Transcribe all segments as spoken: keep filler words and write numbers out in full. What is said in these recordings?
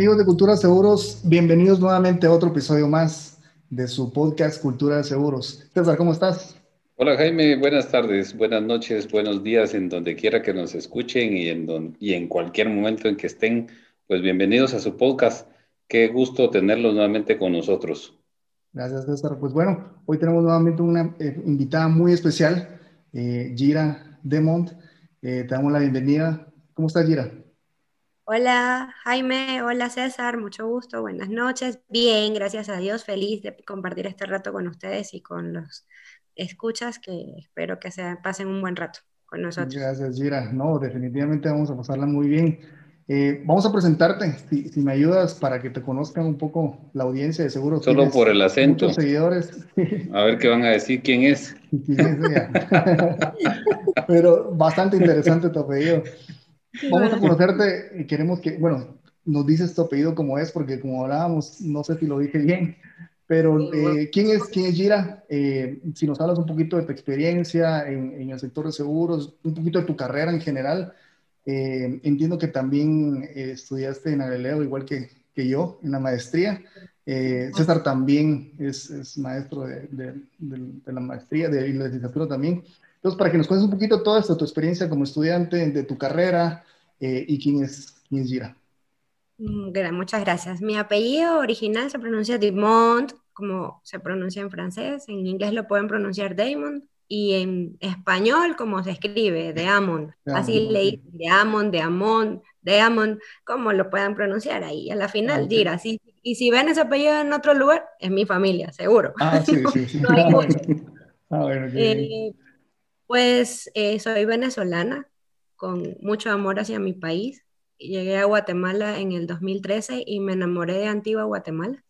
Amigos de Cultura de Seguros, bienvenidos nuevamente a otro episodio más de su podcast Cultura de Seguros. César, ¿cómo estás? Hola Jaime, buenas tardes, buenas noches, buenos días en donde quiera que nos escuchen y en, don- y en cualquier momento en que estén, pues bienvenidos a su podcast. Qué gusto tenerlos nuevamente con nosotros. Gracias, César. Pues bueno, hoy tenemos nuevamente una eh, invitada muy especial, eh, Gira Demont. Eh, te damos la bienvenida. ¿Cómo estás, Gira? Hola Jaime, hola César, mucho gusto, buenas noches. Bien, gracias a Dios, feliz de compartir este rato con ustedes y con los escuchas que espero que se pasen un buen rato con nosotros. Gracias, Gira. No, definitivamente vamos a pasarla muy bien. Eh, vamos a presentarte, si, si me ayudas, para que te conozcan un poco la audiencia. De seguro Solo por tienes el muchos acento, seguidores. a ver qué van a decir quién es. ¿Quién es ella? Pero bastante interesante tu apellido. Vamos a Gracias. conocerte y queremos que, bueno, nos dices tu apellido como es, porque como hablábamos, no sé si lo dije bien, pero eh, ¿quién es, quién es Gira? Eh, si nos hablas un poquito de tu experiencia en, en el sector de seguros, un poquito de tu carrera en general. Eh, entiendo que también eh, estudiaste en Galileo, igual que, que yo, en la maestría. Eh, César también es, es maestro de, de, de, de la maestría de, y la licenciatura también. Entonces, para que nos cuentes un poquito todo esto, tu experiencia como estudiante, de tu carrera, eh, y quién es, quién es Gira. Mm, gra- Muchas gracias. Mi apellido original se pronuncia Dumont, como se pronuncia en francés. En inglés lo pueden pronunciar Damon. Y en español, como se escribe, de Amon. Veamos, Así ok. leí, de Amon, de Amon, de Amon, como lo puedan pronunciar ahí. A la Ah, final, ok. Gira. Sí. Y si ven ese apellido en otro lugar, es mi familia, seguro. Ah, sí, No, sí, sí. no hay Ah, mucho. bueno. Ah, bueno, qué bien. Eh, pues eh, soy venezolana, con mucho amor hacia mi país. Llegué a Guatemala en el dos mil trece y me enamoré de Antigua Guatemala.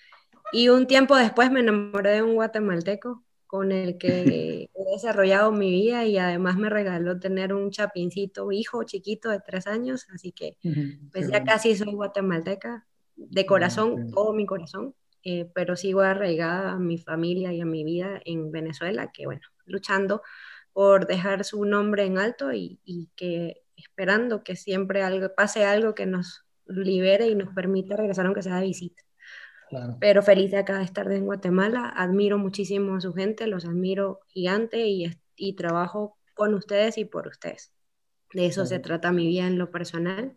Y un tiempo después me enamoré de un guatemalteco con el que he desarrollado mi vida y además me regaló tener un chapincito hijo chiquito de tres años, así que Ujú, pues ya excelente. casi soy guatemalteca de Ah, corazón, ok. todo mi corazón, eh, pero sigo arraigada a mi familia y a mi vida en Venezuela, que bueno, luchando por dejar su nombre en alto y, y que esperando que siempre algo, pase algo que nos libere y nos permita regresar aunque sea de visita. Claro. Pero feliz de acá de estar en Guatemala, admiro muchísimo a su gente, los admiro gigante y, y trabajo con ustedes y por ustedes. De eso se Claro. trata mi vida en lo personal.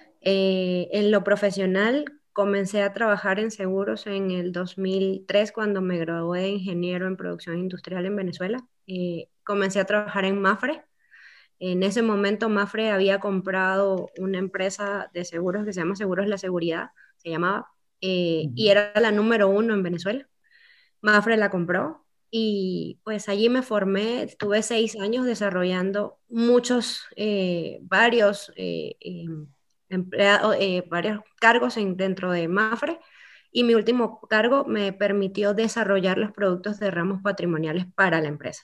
Eh, en lo profesional, comencé a trabajar en seguros en el dos mil tres cuando me gradué de ingeniero en producción industrial en Venezuela. Eh, comencé a trabajar en Mafre. En ese momento Mafre había comprado una empresa de seguros que se llama Seguros La Seguridad, se llamaba, eh, Ujú. y era la número uno en Venezuela. Mafre la compró y pues allí me formé, estuve seis años desarrollando muchos, eh, varios, eh, eh, empleados, eh, varios cargos en, dentro de Mafre, y mi último cargo me permitió desarrollar los productos de ramos patrimoniales para la empresa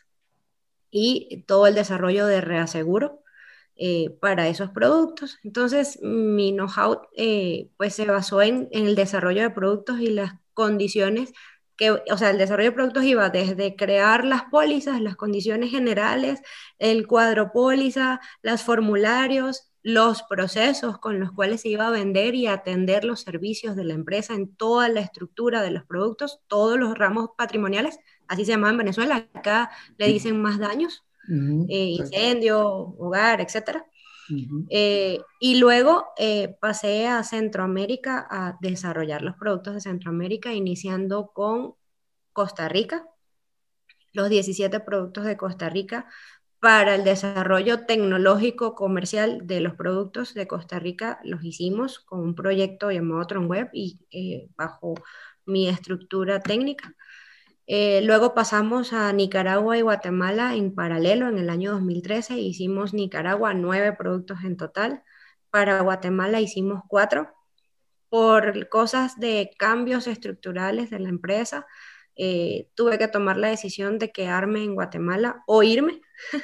y todo el desarrollo de reaseguro eh, para esos productos. Entonces, mi know-how eh, pues se basó en, en el desarrollo de productos y las condiciones que, o sea, el desarrollo de productos iba desde crear las pólizas, las condiciones generales, el cuadro póliza, los formularios, los procesos con los cuales se iba a vender y atender los servicios de la empresa en toda la estructura de los productos, todos los ramos patrimoniales, así se llamaba en Venezuela, acá le dicen más daños, Ujú, eh, exacto. incendio, hogar, etcétera. Ujú, Eh, y luego eh, pasé a Centroamérica a desarrollar los productos de Centroamérica, iniciando con Costa Rica, los diecisiete productos de Costa Rica para el desarrollo tecnológico comercial de los productos de Costa Rica. Los hicimos con un proyecto llamado TronWeb y eh, bajo mi estructura técnica. Eh, luego pasamos a Nicaragua y Guatemala en paralelo en el año dos mil trece. Hicimos Nicaragua nueve productos en total. Para Guatemala hicimos cuatro. Por cosas de cambios estructurales de la empresa, eh, tuve que tomar la decisión de quedarme en Guatemala o irme.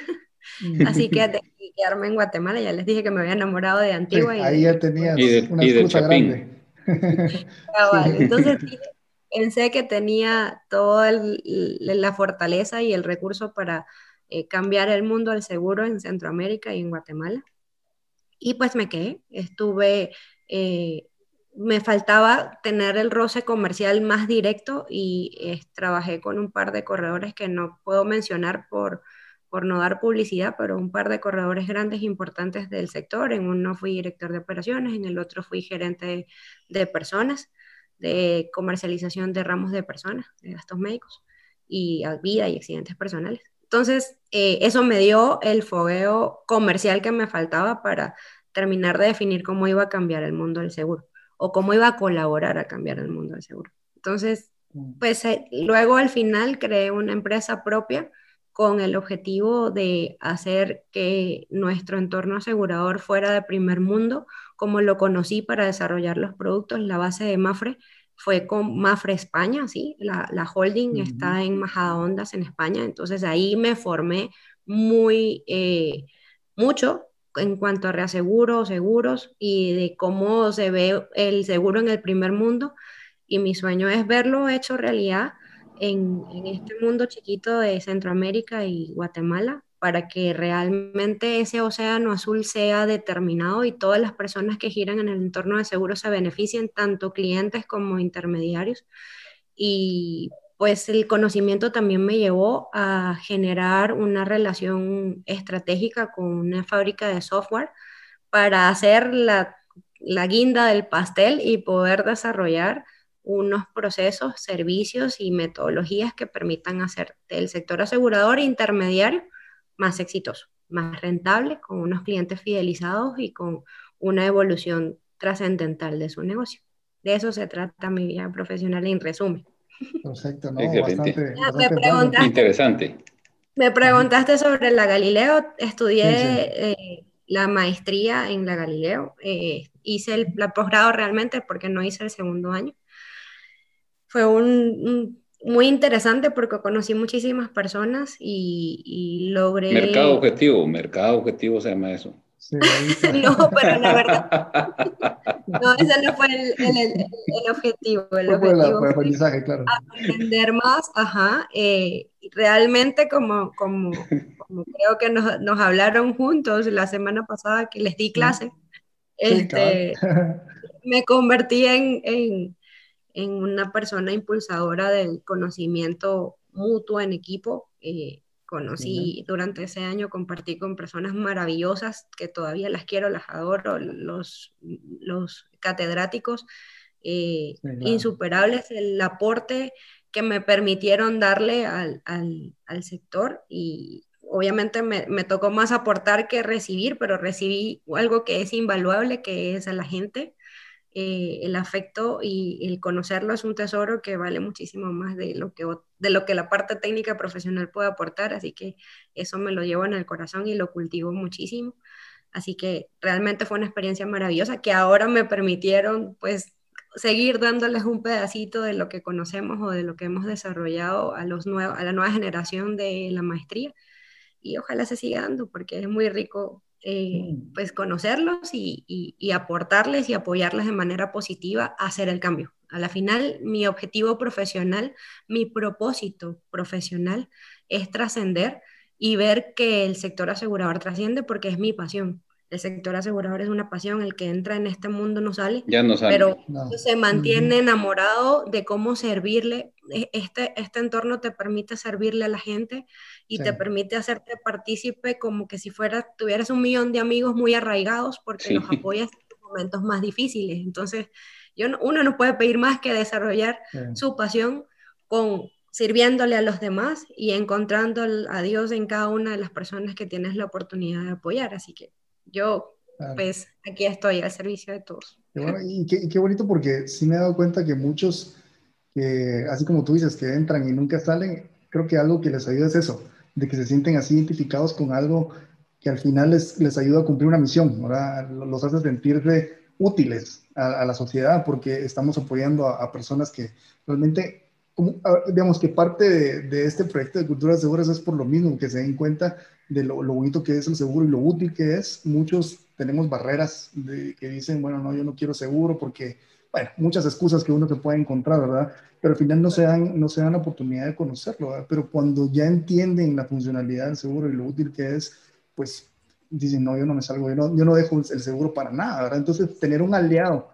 Así que ujú. de quedarme en Guatemala, ya les dije que me había enamorado de Sí, Antigua y ahí de... ya Y tenías de, una y de excusa Chapín. grande. Ah, Sí. vale. Entonces dije, pensé que tenía toda la fortaleza y el recurso para eh, cambiar el mundo al seguro en Centroamérica y en Guatemala. Y pues me quedé, estuve eh, me faltaba tener el roce comercial más directo y eh, trabajé con un par de corredores que no puedo mencionar por, por no dar publicidad, pero un par de corredores grandes e importantes del sector. En uno fui director de operaciones, en el otro fui gerente de, de personas, de comercialización de ramos de personas, de gastos médicos y a vida y accidentes personales. Entonces, eh, eso me dio el fogueo comercial que me faltaba para terminar de definir cómo iba a cambiar el mundo del seguro o cómo iba a colaborar a cambiar el mundo del seguro. Entonces, pues eh, luego al final creé una empresa propia con el objetivo de hacer que nuestro entorno asegurador fuera de primer mundo, como lo conocí para desarrollar los productos. La base de Mafre fue con Mafre España, ¿sí? La, la holding Uh-huh. está en Majadahondas, en España, entonces ahí me formé muy, eh, mucho en cuanto a reaseguros, seguros y de cómo se ve el seguro en el primer mundo. Y mi sueño es verlo hecho realidad en, en este mundo chiquito de Centroamérica y Guatemala para que realmente ese océano azul sea determinado y todas las personas que giran en el entorno de seguros se beneficien, tanto clientes como intermediarios. Y pues el conocimiento también me llevó a generar una relación estratégica con una fábrica de software para hacer la, la guinda del pastel y poder desarrollar unos procesos, servicios y metodologías que permitan hacer del sector asegurador intermediario más exitoso, más rentable, con unos clientes fidelizados y con una evolución trascendental de su negocio. De eso se trata mi vida profesional en resumen. Perfecto, ¿no? Excelente. Bastante, Ah, me bastante bueno. preguntaste, Interesante. me preguntaste sobre la Galileo. Sí, sí. Estudié eh, la maestría en la Galileo. Eh, hice el la posgrado realmente porque no hice el segundo año. Fue un, un- muy interesante porque conocí muchísimas personas y, y Mercado logré... objetivo, mercado objetivo se llama eso. Sí, ahí está. No, pero la verdad, no, ese no fue el, el- el- el objetivo. El Fue por el, objetivo por el fue aprendizaje, claro. aprender más, ajá. Eh, realmente como, como, como creo que nos, nos hablaron juntos la semana pasada que les di Sí, clase, sí, cabal. este, me convertí en, en, en una persona impulsadora del conocimiento mutuo en equipo. Eh, conocí Excelente. durante ese año, compartí con personas maravillosas que todavía las quiero, las adoro, los, los catedráticos eh, Sí, claro. insuperables, el aporte que me permitieron darle al, al, al sector y obviamente me, me, tocó más aportar que recibir, pero recibí algo que es invaluable, que es a la gente. Eh, el afecto y el conocerlo es un tesoro que vale muchísimo más de lo que, de lo que la parte técnica profesional puede aportar, así que eso me lo llevo en el corazón y lo cultivo muchísimo. Así que realmente fue una experiencia maravillosa que ahora me permitieron pues seguir dándoles un pedacito de lo que conocemos o de lo que hemos desarrollado a, los nuevos, a la nueva generación de la maestría y ojalá se siga dando porque es muy rico eh, Mm, pues conocerlos y, y, y, aportarles y apoyarles de manera positiva a hacer el cambio. A la final, mi objetivo profesional, mi propósito profesional es trascender y ver que el sector asegurador trasciende porque es mi pasión. El sector asegurador es una pasión, el que entra en este mundo no sale, Ya no sale. pero no. se mantiene Ujú. enamorado de cómo servirle. Este, este entorno te permite servirle a la gente y Sí, te permite hacerte partícipe como que si fuera, tuvieras un millón de amigos muy arraigados porque los Sí. apoyas en los momentos más difíciles. Entonces, yo no, uno no puede pedir más que desarrollar sí. su pasión con sirviéndole a los demás y encontrando a Dios en cada una de las personas que tienes la oportunidad de apoyar. Así que yo, Claro. pues, aquí estoy al servicio de todos. Qué bueno, y qué, y qué bonito porque sí me he dado cuenta que muchos que, así como tú dices, que entran y nunca salen, creo que algo que les ayuda es eso, de que se sienten así identificados con algo que al final les, les ayuda a cumplir una misión, ¿verdad? Los hace sentirse útiles a, a la sociedad porque estamos apoyando a, a personas que realmente, como, a- digamos que parte de, de este proyecto de cultura de seguros es por lo mismo, que se den cuenta de lo, lo bonito que es el seguro y lo útil que es. Muchos tenemos barreras de, que dicen, bueno, no, yo no quiero seguro porque, bueno, muchas excusas que uno se puede encontrar, ¿verdad? Pero al final no se dan, no se dan la oportunidad de conocerlo, ¿verdad? Pero cuando ya entienden la funcionalidad del seguro y lo útil que es, pues dicen, no, yo no me salgo, yo no, yo no dejo el seguro para nada, ¿verdad? Entonces, tener un aliado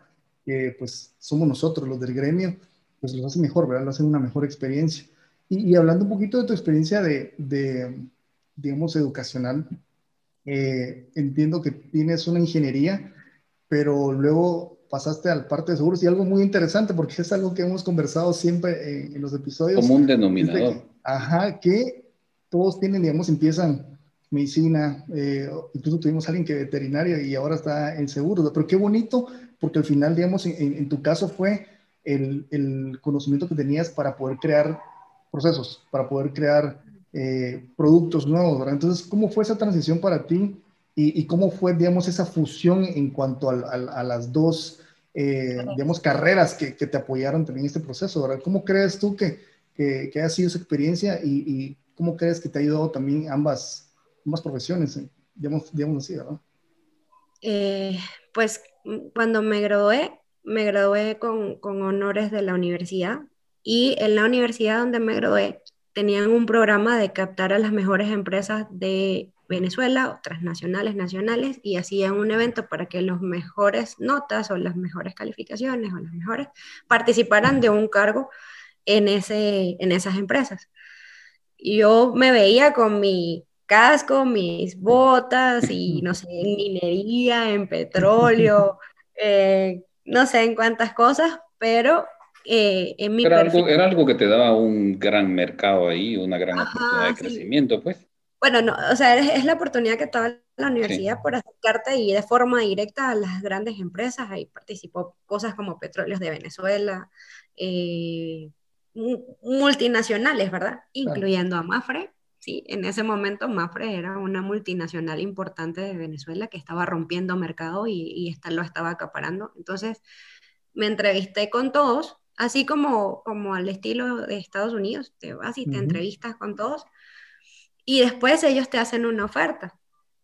que pues somos nosotros los del gremio, pues lo hace mejor, ¿verdad? Lo hacen una mejor experiencia. Y, y hablando un poquito de tu experiencia de, de digamos, educacional, eh, entiendo que tienes una ingeniería, pero luego pasaste al parte de seguros y algo muy interesante, porque es algo que hemos conversado siempre en, en los episodios, Común es de denominador. que, ajá, que todos tienen, digamos, empiezan medicina, eh, incluso tuvimos a alguien que veterinaria y ahora está en seguros, pero qué bonito, porque al final, digamos, en, en tu caso fue el, el, conocimiento que tenías para poder crear procesos, para poder crear eh, productos nuevos, ¿verdad? Entonces, ¿cómo fue esa transición para ti? ¿Y, y cómo fue, digamos, esa fusión en cuanto a, a, a las dos, eh, digamos, carreras que, que, te apoyaron también en este proceso, ¿verdad? ¿Cómo crees tú que, que, que ha sido esa experiencia y, y cómo crees que te ha ayudado también ambas, ambas profesiones, eh? digamos, digamos así, ¿verdad? Eh, pues cuando me gradué, me gradué con, con honores de la universidad y en la universidad donde me gradué tenían un programa de captar a las mejores empresas de Venezuela, o transnacionales, nacionales, y hacían un evento para que los mejores notas o las mejores calificaciones o las mejores participaran de un cargo en, ese, en esas empresas. Y yo me veía con mi casco, mis botas y no sé, en minería, en petróleo, eh, no sé en cuántas cosas, pero eh, en mi Era perfil. algo, era algo que te daba un gran mercado ahí, una gran oportunidad Ajá, de sí. crecimiento, pues. Bueno, no, o sea, es, es la oportunidad que te da la Sí. universidad por acercarte y de forma directa a las grandes empresas. Ahí participó cosas como Petróleos de Venezuela, eh, multinacionales, ¿verdad? Claro. Incluyendo a Mafre. Sí, en ese momento Mafre era una multinacional importante de Venezuela que estaba rompiendo mercado y, y esta, lo estaba acaparando. Entonces, me entrevisté con todos, así como, como al estilo de Estados Unidos, te vas y Uh te -huh. entrevistas con todos y después ellos te hacen una oferta.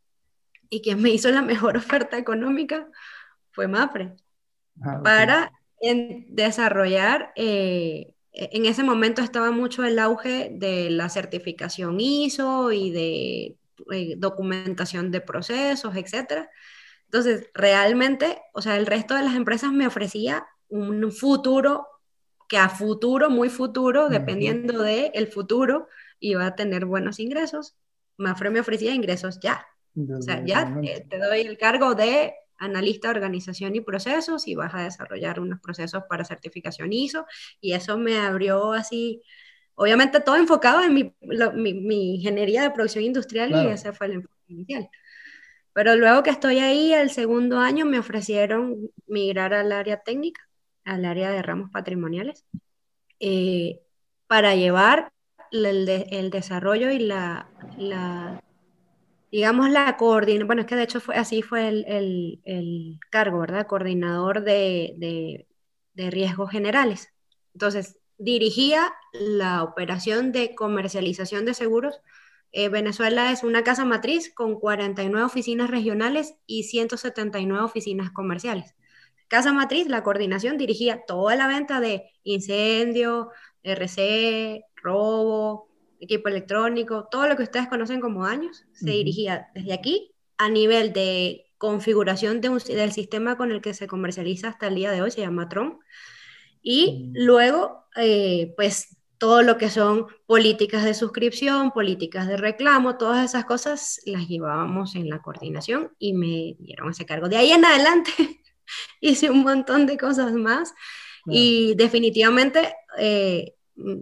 Y quien me hizo la mejor oferta económica fue Mapfre, Ah, okay. para en desarrollar, eh, en ese momento estaba mucho el auge de la certificación I S O y de eh, documentación de procesos, etcétera. Entonces, realmente, o sea, el resto de las empresas me ofrecía un futuro que a futuro, muy futuro, Uh -huh. dependiendo del el futuro, iba a tener buenos ingresos. Mafre me ofrecía ingresos ya. O sea, Desde ese ya momento. te, te doy el cargo de analista de organización y procesos y vas a desarrollar unos procesos para certificación I S O y eso me abrió así, obviamente todo enfocado en mi, lo, mi, mi ingeniería de producción industrial y Claro. ese fue el enfoque inicial. Pero luego que estoy ahí, el segundo año me ofrecieron migrar al área técnica, al área de ramos patrimoniales, eh, para llevar el, de, el, desarrollo y la, la digamos, la coordinación, bueno, es que de hecho fue, así fue el, el, el cargo, ¿verdad? Coordinador de, de, de riesgos generales. Entonces, dirigía la operación de comercialización de seguros. Eh, Venezuela es una casa matriz con cuarenta y nueve oficinas regionales y ciento setenta y nueve oficinas comerciales. Casa matriz, la coordinación dirigía toda la venta de incendio, R C, robo, equipo electrónico, todo lo que ustedes conocen como daños, Uh se -huh. dirigía desde aquí a nivel de configuración de un, del sistema con el que se comercializa hasta el día de hoy, se llama Tron, Uh y -huh. luego, eh, pues, todo lo que son políticas de suscripción, políticas de reclamo, todas esas cosas las llevábamos en la coordinación y me dieron ese cargo. De ahí en adelante hice un montón de cosas más Claro. y definitivamente eh,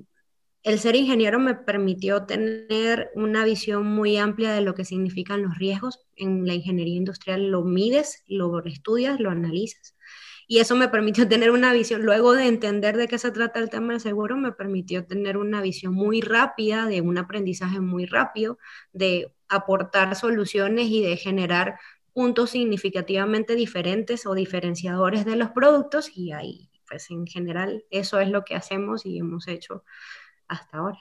el ser ingeniero me permitió tener una visión muy amplia de lo que significan los riesgos. En la ingeniería industrial lo mides, lo estudias, lo analizas. Y eso me permitió tener una visión, luego de entender de qué se trata el tema del seguro, me permitió tener una visión muy rápida, de un aprendizaje muy rápido, de aportar soluciones y de generar puntos significativamente diferentes o diferenciadores de los productos. Y ahí, pues en general, eso es lo que hacemos y hemos hecho hasta ahora.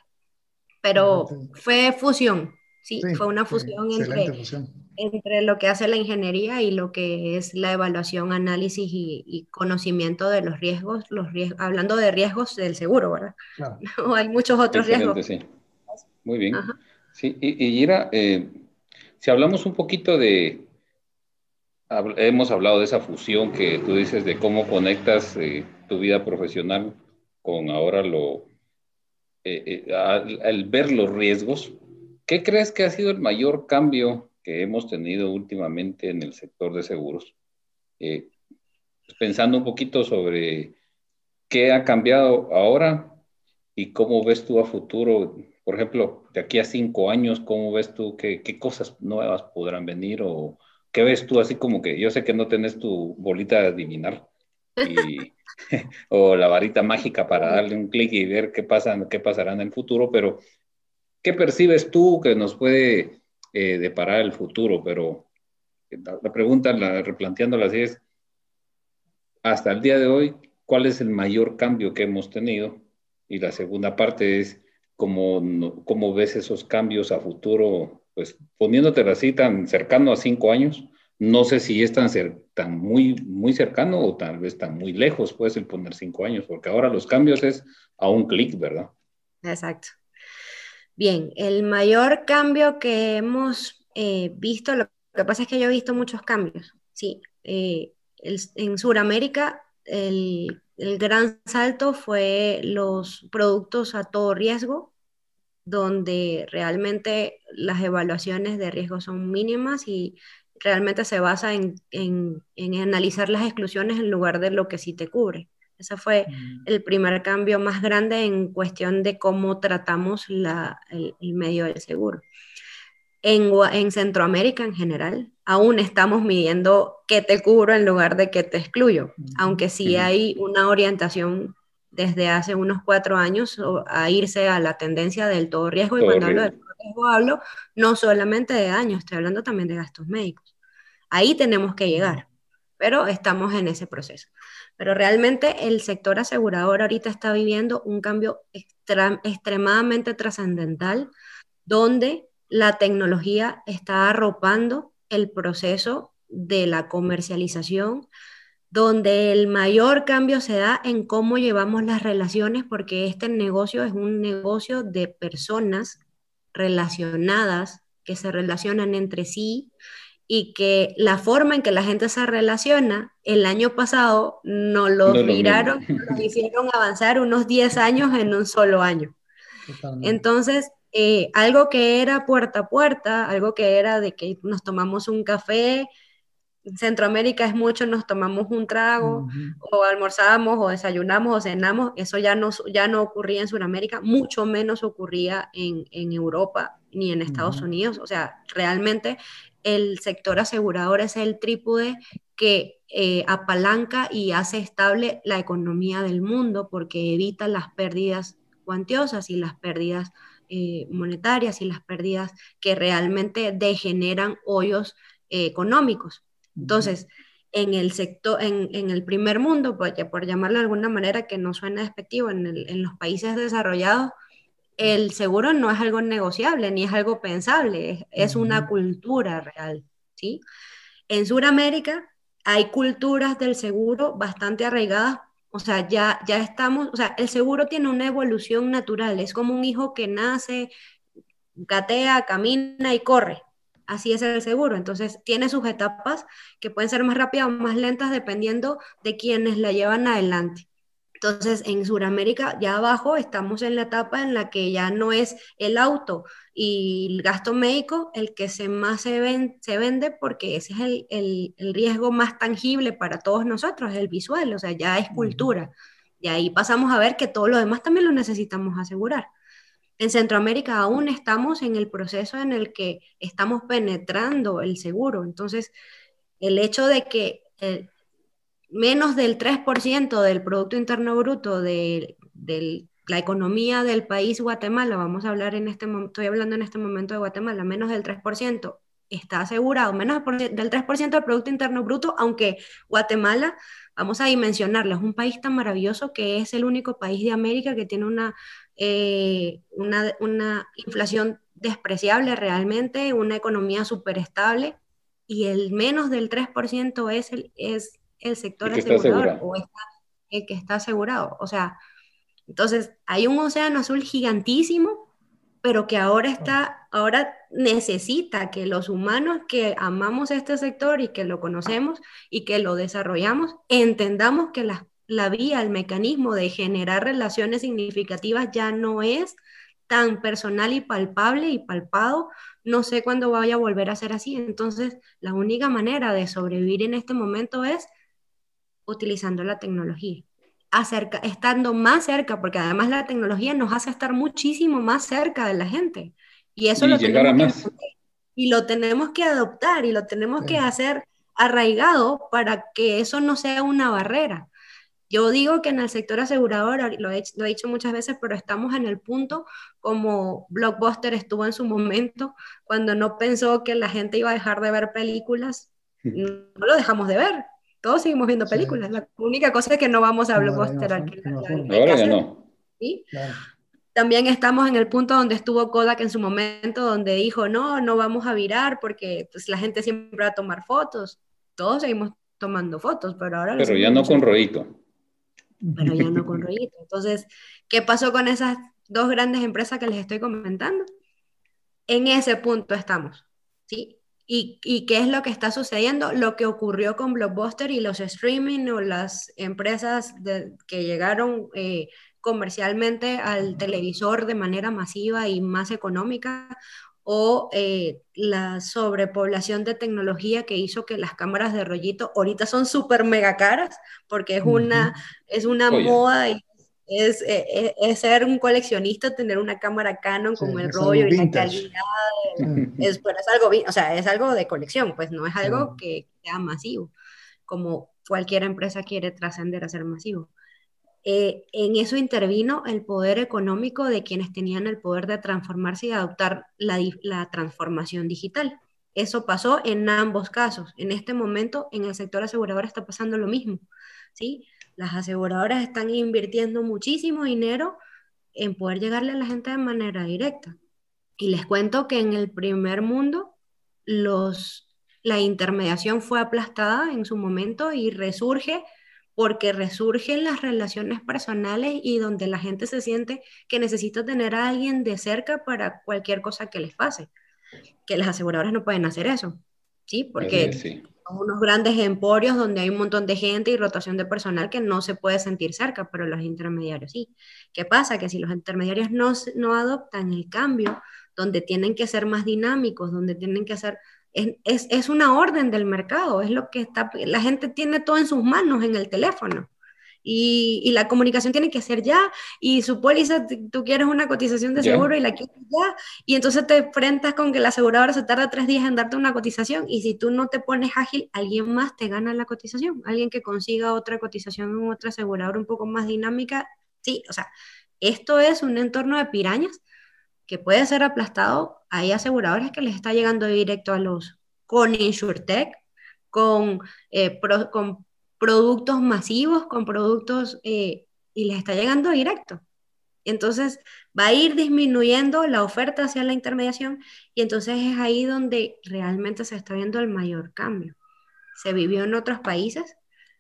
Pero Perfecto. fue fusión, sí, Sí, fue una sí, fusión excelente entre, fusión. entre lo que hace la ingeniería y lo que es la evaluación, análisis y, y conocimiento de los riesgos, los riesgos, hablando de riesgos del seguro, ¿verdad? Claro. No, hay muchos otros riesgos. Excelente, sí. Muy bien. Ajá. Sí, y, y Ira, eh, si hablamos un poquito de, hemos hablado de esa fusión que tú dices de cómo conectas eh, tu vida profesional con ahora lo, eh, eh, al, al ver los riesgos. ¿Qué crees que ha sido el mayor cambio que hemos tenido últimamente en el sector de seguros? Eh, pues pensando un poquito sobre qué ha cambiado ahora y cómo ves tú a futuro, por ejemplo, de aquí a cinco años, cómo ves tú qué, qué cosas nuevas podrán venir o qué ves tú así como que yo sé que no tenés tu bolita de adivinar y, o la varita mágica para darle un clic y ver qué pasa, qué pasará en el futuro, pero ¿qué percibes tú que nos puede eh, deparar el futuro? Pero la, la pregunta, la, replanteándola así es, hasta el día de hoy, ¿cuál es el mayor cambio que hemos tenido? Y la segunda parte es, ¿cómo, no- cómo ves esos cambios a futuro? Pues poniéndote así tan cercano a cinco años, no sé si es tan, cer- tan muy, muy cercano o tal vez tan muy lejos, puedes el poner cinco años, porque ahora los cambios es a un clic, ¿verdad? Exacto. Bien, el mayor cambio que hemos eh, visto, lo que pasa es que yo he visto muchos cambios, sí. Eh, el- en Sudamérica, el, el gran salto fue los productos a todo riesgo, donde realmente las evaluaciones de riesgo son mínimas y realmente se basa en, en, en analizar las exclusiones en lugar de lo que sí te cubre. Ese fue Mm, el primer cambio más grande en cuestión de cómo tratamos la, el, el medio del seguro. En, en Centroamérica en general, aún estamos midiendo qué te cubro en lugar de qué te excluyo, ujú, aunque sí Ujú. hay una orientación desde hace unos cuatro años a irse a la tendencia del todo riesgo, y Todo cuando hablo de riesgo. todo riesgo hablo no solamente de daños, estoy hablando también de gastos médicos. Ahí tenemos que mm, llegar, pero estamos en ese proceso. Pero realmente el sector asegurador ahorita está viviendo un cambio extra, extremadamente trascendental, donde la tecnología está arropando el proceso de la comercialización, donde el mayor cambio se da en cómo llevamos las relaciones, porque este negocio es un negocio de personas relacionadas que se relacionan entre sí, y que la forma en que la gente se relaciona el año pasado no No los es lo mismo. viraron, los hicieron avanzar unos diez años en un solo año. totalmente. Entonces, eh, algo que era puerta a puerta, algo que era de que nos tomamos un café, en Centroamérica es mucho, nos tomamos un trago, Ujú, o almorzamos, o desayunamos, o cenamos, eso ya no, ya no ocurría en Sudamérica, mucho menos ocurría en, en Europa ni en Estados ujú, Unidos. O sea, realmente el sector asegurador es el trípode que eh, apalanca y hace estable la economía del mundo, porque evita las pérdidas cuantiosas y las pérdidas eh, monetarias y las pérdidas que realmente degeneran hoyos eh, económicos. ujú, Entonces, en el sector, en, en el primer mundo, por, por llamarlo de alguna manera que no suena despectivo, en, el, en los países desarrollados, el seguro no es algo negociable ni es algo pensable, es, es una ujú, cultura real, ¿sí? En Sudamérica hay culturas del seguro bastante arraigadas, o sea, ya, ya estamos, o sea, el seguro tiene una evolución natural, es como un hijo que nace, gatea, camina y corre. Así es el seguro. Entonces, tiene sus etapas que pueden ser más rápidas o más lentas dependiendo de quienes la llevan adelante. Entonces, en Sudamérica, ya abajo, estamos en la etapa en la que ya no es el auto y el gasto médico el que se más se, ven, se vende, porque ese es el, el, el riesgo más tangible para todos nosotros, el visual, o sea, ya es ujú, cultura. Y ahí pasamos a ver que todo lo demás también lo necesitamos asegurar. En Centroamérica aún estamos en el proceso en el que estamos penetrando el seguro. Entonces, el hecho de que eh, menos del tres por ciento del Producto Interno Bruto de, de, la economía del país Guatemala, vamos a hablar en este momento, estoy hablando en este momento de Guatemala, menos del tres por ciento está asegurado, menos del tres por ciento del Producto Interno Bruto, aunque Guatemala, vamos a dimensionarlo, es un país tan maravilloso que es el único país de América que tiene una, eh, una, una inflación despreciable realmente, una economía súper estable, y el menos del tres por ciento es el, es el Y sector que está asegurador asegurado. o está, el que está asegurado. O sea, entonces hay un océano azul gigantísimo, pero que ahora está, ahora necesita que los humanos que amamos este sector y que lo conocemos y que lo desarrollamos, entendamos que la, la vía, el mecanismo de generar relaciones significativas ya no es tan personal y palpable y palpado. No sé cuándo vaya a volver a ser así. Entonces, la única manera de sobrevivir en este momento es utilizando la tecnología, acerca, estando más cerca, porque además la tecnología nos hace estar muchísimo más cerca de la gente. Y eso Y lo llegar a tenemos que más. entender, y lo tenemos que adoptar y lo tenemos Sí. que hacer arraigado para que eso no sea una barrera. Yo digo que en el sector asegurador, lo he, lo he dicho muchas veces, pero estamos en el punto como Blockbuster estuvo en su momento, cuando no pensó que la gente iba a dejar de ver películas, no lo dejamos de ver. Todos seguimos viendo Sí. películas. La única cosa es que no vamos a No, de la misma Blockbuster a forma- alquilar misma la- forma. el Ahora ya cassette, no. ¿sí? Claro. También estamos en el punto donde estuvo Kodak en su momento, donde dijo, no, no vamos a virar porque pues, la gente siempre va a tomar fotos. Todos seguimos tomando fotos, pero ahora lo Pero hacemos ya en un no con celular, rollito. pero ya no con rollito. Entonces, ¿qué pasó con esas dos grandes empresas que les estoy comentando? En ese punto estamos, ¿sí? ¿Y, y qué es lo que está sucediendo? Lo que ocurrió con Blockbuster y los streaming o las empresas de, que llegaron eh, comercialmente al televisor de manera masiva y más económica, o eh, la sobrepoblación de tecnología que hizo que las cámaras de rollito ahorita son súper mega caras, porque es una, Ujú. es una Oye, moda y es, es, es, ser un coleccionista, tener una cámara Canon Sí, con el es algo rollo y la vintage. calidad, Sí, es, pero es algo, o sea, es algo de colección, pues no es sí. algo que sea masivo, como cualquier empresa quiere trascender a ser masivo. Eh, en eso intervino el poder económico de quienes tenían el poder de transformarse y adoptar la, la transformación digital. Eso pasó en ambos casos. En este momento, en el sector asegurador está pasando lo mismo, ¿sí? Las aseguradoras están invirtiendo muchísimo dinero en poder llegarle a la gente de manera directa. Y les cuento que en el primer mundo los, la intermediación fue aplastada en su momento y resurge porque resurgen las relaciones personales y donde la gente se siente que necesita tener a alguien de cerca para cualquier cosa que les pase, que las aseguradoras no pueden hacer eso, ¿sí? así es, Porque sí. son unos grandes emporios donde hay un montón de gente y rotación de personal que no se puede sentir cerca, pero los intermediarios sí. ¿Qué pasa? Que si los intermediarios no, no adoptan el cambio, donde tienen que ser más dinámicos, donde tienen que hacer, es, es, es una orden del mercado, es lo que está, la gente tiene todo en sus manos en el teléfono. Y, y, la comunicación tiene que ser ya, y su póliza, tú quieres una cotización de Ya. seguro y la quieres ya, y entonces te enfrentas con que la aseguradora se tarda tres días en darte una cotización, y si tú no te pones ágil, alguien más te gana la cotización, alguien que consiga otra cotización en otra aseguradora un poco más dinámica, sí, o sea, esto es un entorno de pirañas que puede ser aplastado. Hay aseguradores que les está llegando directo a los, con InsurTech, con, eh, pro, con productos masivos, con productos, eh, y les está llegando directo. Entonces va a ir disminuyendo la oferta hacia la intermediación y entonces es ahí donde realmente se está viendo el mayor cambio. Se vivió en otros países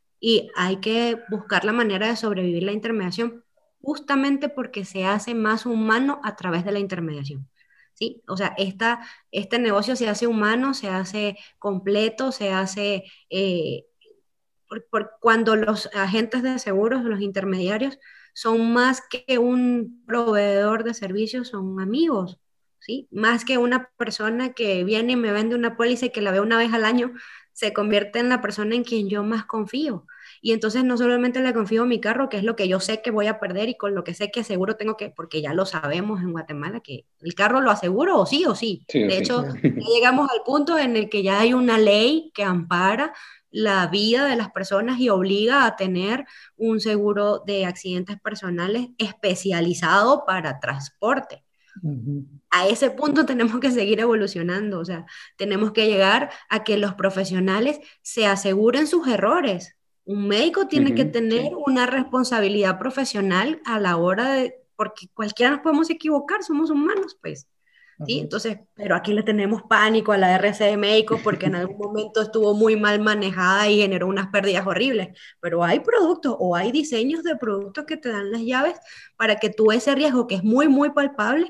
y hay que buscar la manera de sobrevivir la intermediación justamente porque se hace más humano a través de la intermediación. ¿Sí? O sea, esta, este negocio se hace humano, se hace completo, se hace eh, por, por cuando los agentes de seguros, los intermediarios, son más que un proveedor de servicios, son amigos, ¿sí? Más que una persona que viene y me vende una póliza y que la veo una vez al año, se convierte en la persona en quien yo más confío. Y entonces no solamente le confío a mi carro, que es lo que yo sé que voy a perder y con lo que sé que seguro tengo que, porque ya lo sabemos en Guatemala, que el carro lo aseguro o sí o sí. Sí, De sí. hecho, ya llegamos al punto en el que ya hay una ley que ampara la vida de las personas y obliga a tener un seguro de accidentes personales especializado para transporte. Uh-huh. A ese punto tenemos que seguir evolucionando, o sea, tenemos que llegar a que los profesionales se aseguren sus errores. Un médico tiene uh-huh, que tener sí. una responsabilidad profesional a la hora de, porque cualquiera nos podemos equivocar, somos humanos, pues. ¿Sí? Entonces, pero aquí le tenemos pánico a la R C de médicos porque en algún momento estuvo muy mal manejada y generó unas pérdidas horribles. Pero hay productos o hay diseños de productos que te dan las llaves para que tú ese riesgo que es muy, muy palpable,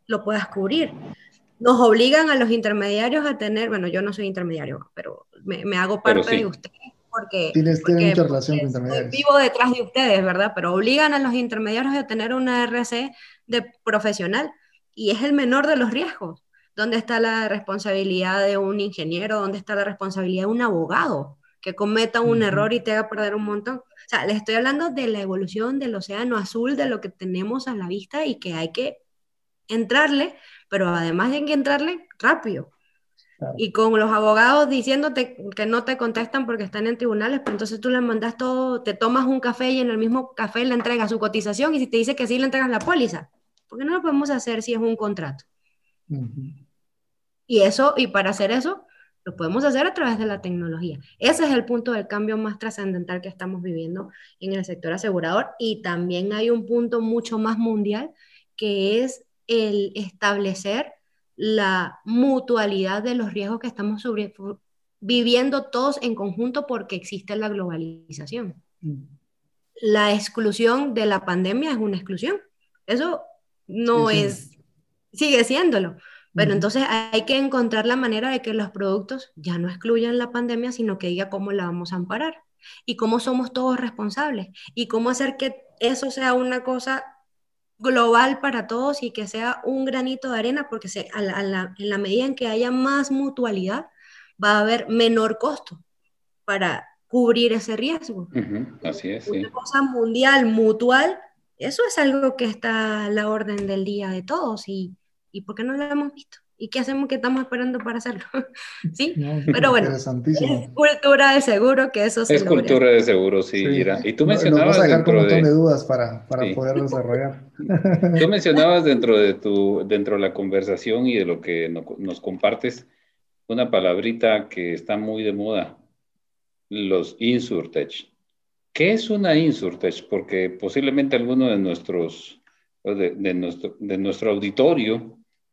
lo puedas cubrir. Nos obligan a los intermediarios a tener, bueno, yo no soy intermediario, pero me, me hago parte sí. de ustedes porque, Tienes, tienes porque, mucha relación con porque estoy intermediarios. vivo detrás de ustedes, ¿verdad? Pero obligan a los intermediarios a tener una R C de profesional y es el menor de los riesgos. ¿Dónde está la responsabilidad de un ingeniero? ¿Dónde está la responsabilidad de un abogado que cometa un uh-huh. error y te haga perder un montón? O sea, les estoy hablando de la evolución del océano azul, de lo que tenemos a la vista y que hay que entrarle, pero además hay que entrarle rápido. Claro. Y con los abogados diciéndote que no te contestan porque están en tribunales, pues entonces tú le mandas todo, te tomas un café y en el mismo café le entregas su cotización y si te dice que sí, le entregas la póliza. ¿Por qué no lo podemos hacer si es un contrato? Uh-huh. Y eso, y para hacer eso, lo podemos hacer a través de la tecnología. Ese es el punto del cambio más trascendental que estamos viviendo en el sector asegurador. Y también hay un punto mucho más mundial, que es el establecer la mutualidad de los riesgos que estamos sobre, viviendo todos en conjunto porque existe la globalización. Mm. La exclusión de la pandemia es una exclusión. Eso no sí, sí. es, sigue siéndolo. Pero uh-huh. entonces hay que encontrar la manera de que los productos ya no excluyan la pandemia, sino que diga cómo la vamos a amparar y cómo somos todos responsables y cómo hacer que eso sea una cosa global para todos y que sea un granito de arena, porque se, a la, a la, en la medida en que haya más mutualidad, va a haber menor costo para cubrir ese riesgo. Uh-huh. Así es, una sí. cosa mundial, mutual, eso es algo que está a la orden del día de todos y, y ¿por qué no lo hemos visto? ¿Y qué hacemos que estamos esperando para hacerlo? ¿Sí? No, pero bueno, es cultura de seguro que eso se Es logra. Cultura de seguro, sí, sí. Gira. Y tú mencionabas Nos vas a dejar dentro con un montón de... de dudas para, para sí. poder desarrollar. Tú mencionabas dentro de, tu, dentro de la conversación y de lo que no, nos compartes una palabrita que está muy de moda, los insurtech. ¿Qué es una insurtech? Porque posiblemente alguno de nuestros, de, de nuestro, de nuestro auditorio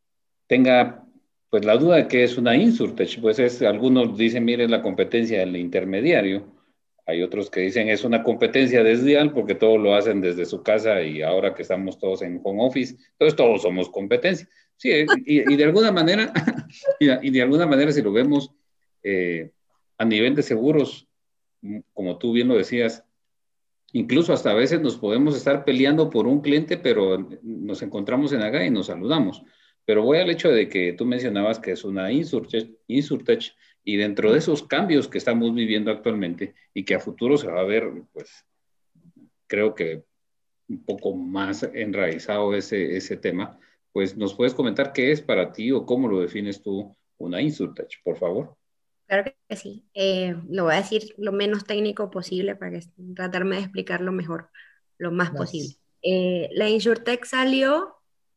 tenga pues la duda de qué es una insurtech. Pues es, algunos dicen, mire, la competencia del intermediario. Hay otros que dicen es una competencia desleal porque todo lo hacen desde su casa y ahora que estamos todos en home office, entonces todos somos competencia. Sí, y, y de alguna manera, y de alguna manera si lo vemos eh, a nivel de seguros, como tú bien lo decías, incluso hasta a veces nos podemos estar peleando por un cliente, pero nos encontramos en acá y nos saludamos. Pero voy al hecho de que tú mencionabas que es una insurtech, insurtech y dentro de esos cambios que estamos viviendo actualmente y que a futuro se va a ver, pues, creo que un poco más enraizado ese, ese tema, pues, ¿nos puedes comentar qué es para ti o cómo lo defines tú una insurtech, por favor? Claro que sí. Eh, lo voy a decir lo menos técnico posible para que, tratarme de explicarlo mejor, lo más Gracias. posible. Eh, la insurtech salió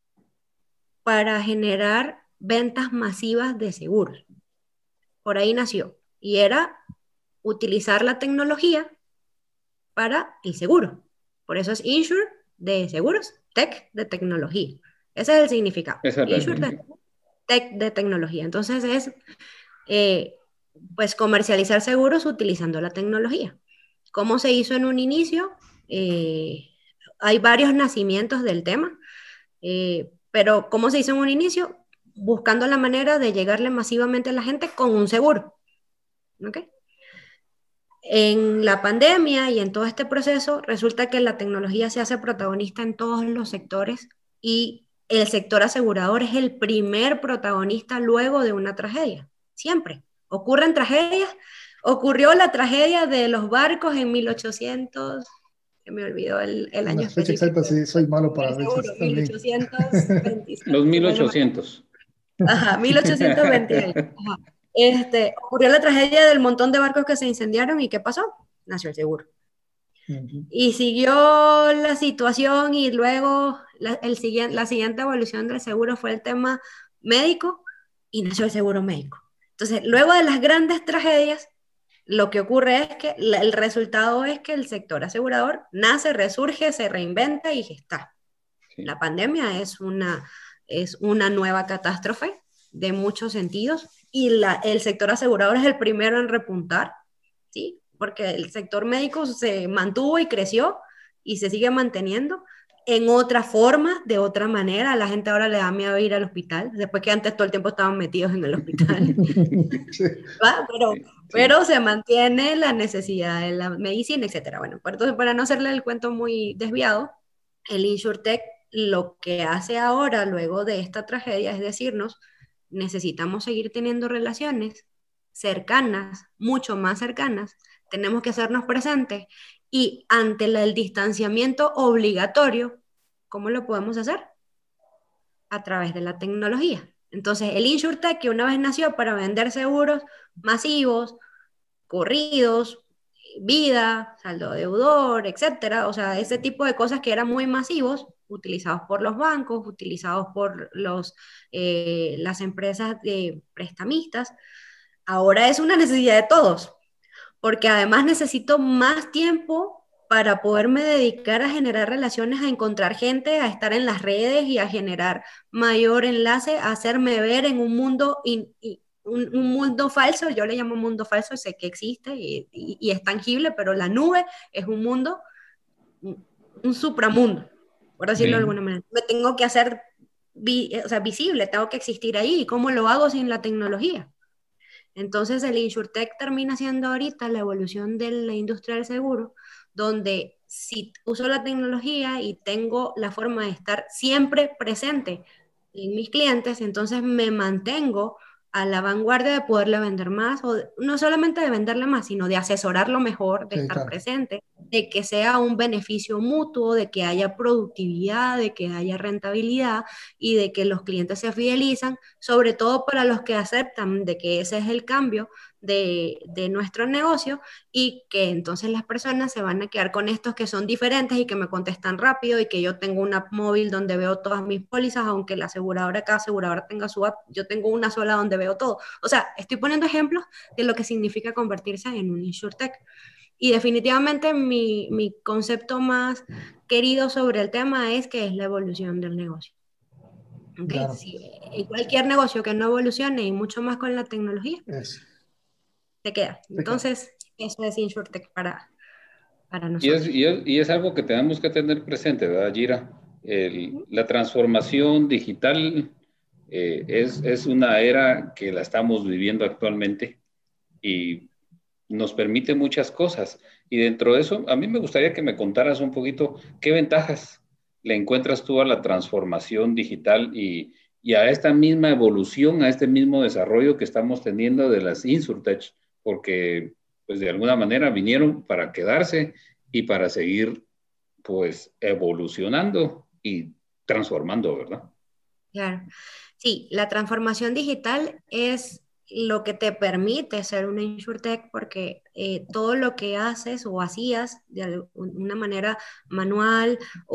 para generar ventas masivas de seguros. Por ahí nació. Y era utilizar la tecnología para el seguro. Por eso es Insure de seguros, Tech de tecnología. Ese es el significado. Insure de Tech de tecnología. Entonces es, eh, pues, comercializar seguros utilizando la tecnología. ¿Cómo se hizo en un inicio? Eh, hay varios nacimientos del tema. Eh, Pero, ¿cómo se hizo en un inicio? Buscando la manera de llegarle masivamente a la gente con un seguro. ¿Ok? En la pandemia y en todo este proceso, resulta que la tecnología se hace protagonista en todos los sectores y el sector asegurador es el primer protagonista luego de una tragedia. Siempre. Ocurren tragedias. Ocurrió la tragedia de los barcos en mil ochocientos... me olvidó el, el año la fecha exacta, sí, soy malo para seguro, mil ochocientos veintisiete. Los mil ochocientos. Ajá, mil ochocientos veintiocho. Ajá. Este, ocurrió la tragedia del montón de barcos que se incendiaron y ¿qué pasó? Nació el seguro. Uh-huh. Y siguió la situación y luego la, el siguiente, la siguiente evolución del seguro fue el tema médico y nació el seguro médico. Entonces, luego de las grandes tragedias, lo que ocurre es que la, el resultado es que el sector asegurador nace, resurge, se reinventa y está. Sí. La pandemia es una, es una nueva catástrofe de muchos sentidos y la, el sector asegurador es el primero en repuntar, ¿sí? Porque el sector médico se mantuvo y creció y se sigue manteniendo en otra forma, de otra manera. A la gente ahora le da miedo ir al hospital, después que antes todo el tiempo estaban metidos en el hospital. Sí. Pero, sí, pero se mantiene la necesidad de la medicina, etcétera. Bueno, entonces, para no hacerle el cuento muy desviado, el InsurTech lo que hace ahora, luego de esta tragedia, es decirnos, necesitamos seguir teniendo relaciones cercanas, mucho más cercanas, tenemos que hacernos presentes, y ante la, el distanciamiento obligatorio, ¿cómo lo podemos hacer? A través de la tecnología. Entonces, el InsurTech, que una vez nació para vender seguros masivos, corridos, vida, saldo deudor, etcétera, o sea, ese tipo de cosas que eran muy masivos, utilizados por los bancos, utilizados por los, eh, las empresas de prestamistas, ahora es una necesidad de todos, porque además necesito más tiempo para poderme dedicar a generar relaciones, a encontrar gente, a estar en las redes y a generar mayor enlace, a hacerme ver en un mundo, in, in, un, un mundo falso. Yo le llamo mundo falso, sé que existe y, y, y es tangible, pero la nube es un mundo, un, un supramundo, por decirlo sí. de alguna manera. Me tengo que hacer vi, o sea, visible, tengo que existir ahí. ¿Y cómo lo hago sin la tecnología? Entonces el InsurTech termina siendo ahorita la evolución de la industria del seguro, donde si uso la tecnología y tengo la forma de estar siempre presente en mis clientes, entonces me mantengo a la vanguardia de poderle vender más, o de, no solamente de venderle más, sino de asesorarlo mejor, de sí, estar claro. presente, de que sea un beneficio mutuo, de que haya productividad, de que haya rentabilidad y de que los clientes se fidelizan, sobre todo para los que aceptan de que ese es el cambio de, de nuestro negocio, y que entonces las personas se van a quedar con estos que son diferentes y que me contestan rápido, y que yo tengo una app móvil donde veo todas mis pólizas, aunque la aseguradora, cada aseguradora tenga su app, yo tengo una sola donde veo todo. O sea, estoy poniendo ejemplos de lo que significa convertirse en un InsurTech. Y definitivamente mi, mi concepto más querido sobre el tema es que es la evolución del negocio. ¿Okay? Claro. Si, en cualquier negocio que no evolucione, y mucho más con la tecnología, es. se queda. Entonces, eso es InsurTech para, para nosotros. Y es, y, es, y es algo que tenemos que tener presente, ¿verdad, Gira? El, la transformación digital eh, es, es una era que la estamos viviendo actualmente y nos permite muchas cosas. Y dentro de eso, a mí me gustaría que me contaras un poquito qué ventajas le encuentras tú a la transformación digital y, y a esta misma evolución, a este mismo desarrollo que estamos teniendo de las InsurTech, porque pues de alguna manera vinieron para quedarse y para seguir pues evolucionando y transformando, ¿verdad? Claro. Sí, la transformación digital es lo que te permite ser una InsurTech, porque eh, todo lo que haces o hacías de una manera manual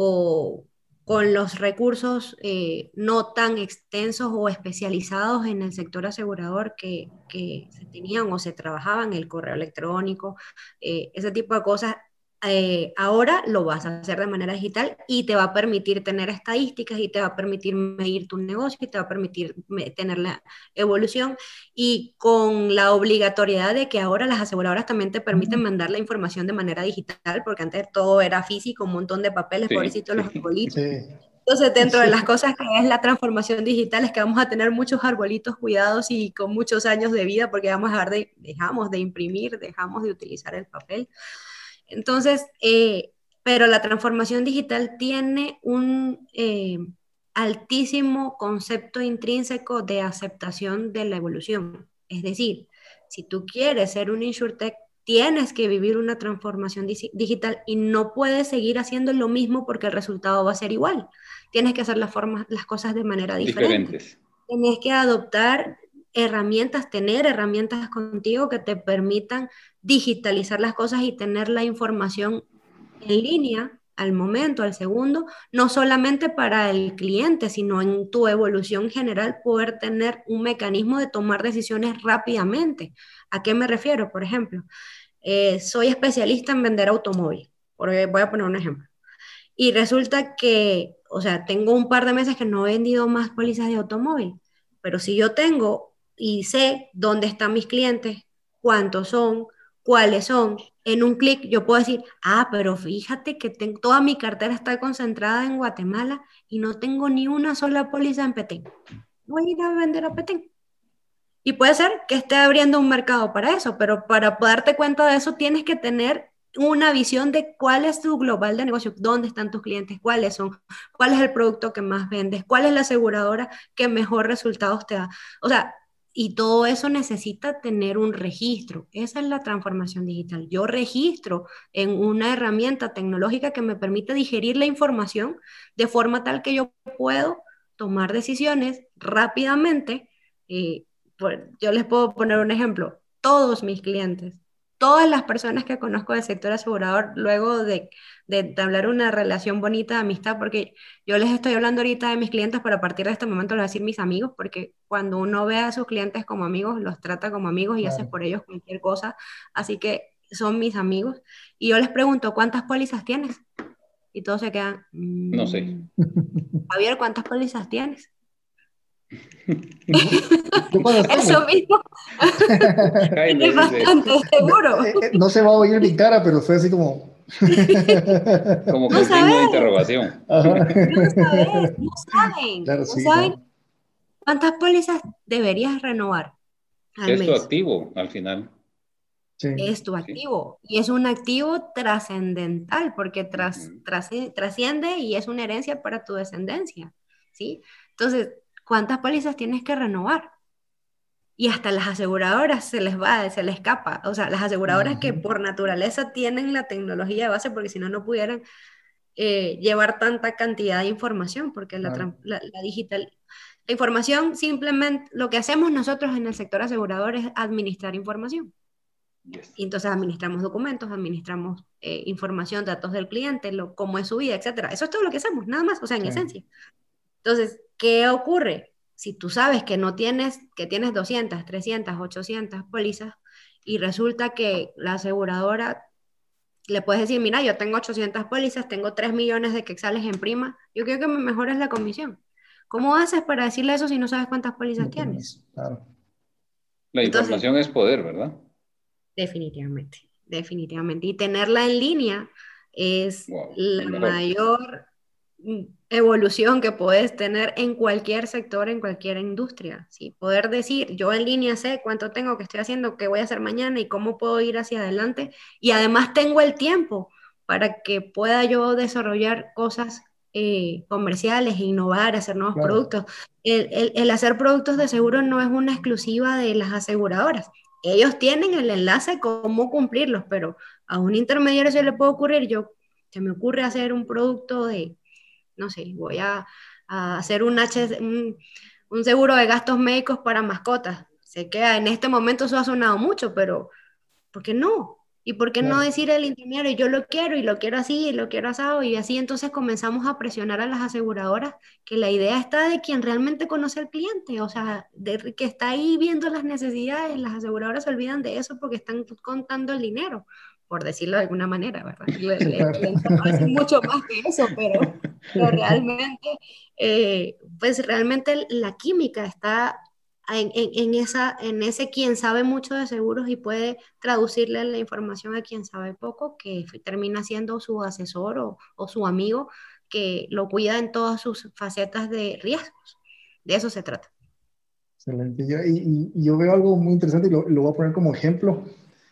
o con los recursos eh, no tan extensos o especializados en el sector asegurador que, que se tenían o se trabajaban, el correo electrónico, eh, ese tipo de cosas, Eh, ahora lo vas a hacer de manera digital y te va a permitir tener estadísticas y te va a permitir medir tu negocio y te va a permitir tener la evolución, y con la obligatoriedad de que ahora las aseguradoras también te permiten mandar la información de manera digital, porque antes todo era físico, un montón de papeles, sí, pobrecitos sí. los arbolitos. Sí. Entonces, dentro de las cosas que es la transformación digital es que vamos a tener muchos arbolitos cuidados y con muchos años de vida, porque vamos a dejar de, dejamos de imprimir, dejamos de utilizar el papel. Entonces, eh, pero la transformación digital tiene un eh, altísimo concepto intrínseco de aceptación de la evolución. Es decir, si tú quieres ser un InsurTech, tienes que vivir una transformación di- digital y no puedes seguir haciendo lo mismo porque el resultado va a ser igual. Tienes que hacer las, formas, las cosas de manera diferente. Diferentes. Tienes que adoptar herramientas, tener herramientas contigo que te permitan digitalizar las cosas y tener la información en línea al momento, al segundo, no solamente para el cliente, sino en tu evolución general, poder tener un mecanismo de tomar decisiones rápidamente. ¿A qué me refiero? Por ejemplo, eh, soy especialista en vender automóvil, voy a poner un ejemplo, y resulta que, o sea, tengo un par de meses que no he vendido más pólizas de automóvil, pero si yo tengo y sé dónde están mis clientes, cuántos son, cuáles son, En un clic yo puedo decir, ah, pero fíjate que tengo, toda mi cartera está concentrada en Guatemala y no tengo ni una sola póliza en Petén. Voy a ir a vender a Petén. Y puede ser que esté abriendo un mercado para eso, pero para darte cuenta de eso tienes que tener una visión de cuál es tu global de negocio, dónde están tus clientes, cuáles son, cuál es el producto que más vendes, cuál es la aseguradora que mejor resultados te da. O sea, y todo eso necesita tener un registro. Esa es la transformación digital. Yo registro en una herramienta tecnológica que me permite digerir la información de forma tal que yo puedo tomar decisiones rápidamente. Eh, por, yo les puedo poner un ejemplo. Todos mis clientes, todas las personas que conozco del sector asegurador, luego de, de entablar una relación bonita de amistad, porque yo les estoy hablando ahorita de mis clientes, pero a partir de este momento les voy a decir mis amigos, porque cuando uno ve a sus clientes como amigos, los trata como amigos y Claro. hace por ellos cualquier cosa, así que son mis amigos. Y yo les pregunto, ¿cuántas pólizas tienes? Y todos se quedan, mmm, No sé. Javier, ¿cuántas pólizas tienes? Yo cuando estoy, Eso mismo. Jaime Es dice, bastante seguro. eh, eh, no se va a oír mi cara, pero fue así como... como No que signo de sabes, interrogación. Ajá. no sabes, no saben, Claro, no sí, saben no. cuántas pólizas deberías renovar al Es tu mes. activo al final. Sí, Es tu Sí. activo y es un activo trascendental porque tras, Ujú. trasci- trasciende y es una herencia para tu descendencia, ¿sí? Entonces, ¿cuántas pólizas tienes que renovar? Y hasta las aseguradoras se les va, se les escapa. O sea, las aseguradoras que ujú, por naturaleza tienen la tecnología de base, porque si no, no pudieran eh, llevar tanta cantidad de información, porque la, claro. tran- la, la digital, la información simplemente, lo que hacemos nosotros en el sector asegurador es administrar información. Yes. Y entonces administramos documentos, administramos eh, información, datos del cliente, lo, cómo es su vida, etcétera. Eso es todo lo que hacemos, nada más, o sea, en Sí, esencia. Entonces, ¿qué ocurre? Si tú sabes que no tienes, que tienes doscientas, trescientas, ochocientas pólizas y resulta que la aseguradora le puedes decir, mira, yo tengo ochocientas pólizas, tengo tres millones de quetzales en prima, yo quiero que me mejores la comisión. ¿Cómo haces para decirle eso si no sabes cuántas pólizas no tienes? tienes, claro. La Entonces, información es poder, ¿verdad? definitivamente, definitivamente. Y tenerla en línea es Wow, la lo mejor. mayor mm, evolución que puedes tener en cualquier sector, en cualquier industria, ¿sí? Poder decir, yo en línea sé cuánto tengo, qué estoy haciendo, qué voy a hacer mañana y cómo puedo ir hacia adelante. Y además tengo el tiempo para que pueda yo desarrollar cosas eh, comerciales, e innovar, hacer nuevos Claro. productos. El, el, el hacer productos de seguro no es una exclusiva de las aseguradoras. Ellos tienen el enlace cómo cumplirlos, pero a un intermediario se le puede ocurrir, yo, se me ocurre hacer un producto de, no sé, voy a, a hacer un, H, un, un seguro de gastos médicos para mascotas. Sé que en este momento eso ha sonado mucho, pero ¿por qué no? ¿Y por qué no Claro. decir el intermediario, yo lo quiero y lo quiero así y lo quiero asado? Y así entonces comenzamos a presionar a las aseguradoras que la idea está de quien realmente conoce al cliente, o sea, de que está ahí viendo las necesidades. Las aseguradoras se olvidan de eso porque están contando el dinero, por decirlo de alguna manera, ¿verdad? Le, Sí, le, claro. le hacen mucho más que eso, pero, pero realmente, eh, pues realmente la química está en, en, en, esa, en ese quien sabe mucho de seguros y puede traducirle la información a quien sabe poco, que termina siendo su asesor o, o su amigo que lo cuida en todas sus facetas de riesgos. De eso se trata. Excelente. Yo- y, y- y yo veo algo muy interesante y lo, lo voy a poner como ejemplo.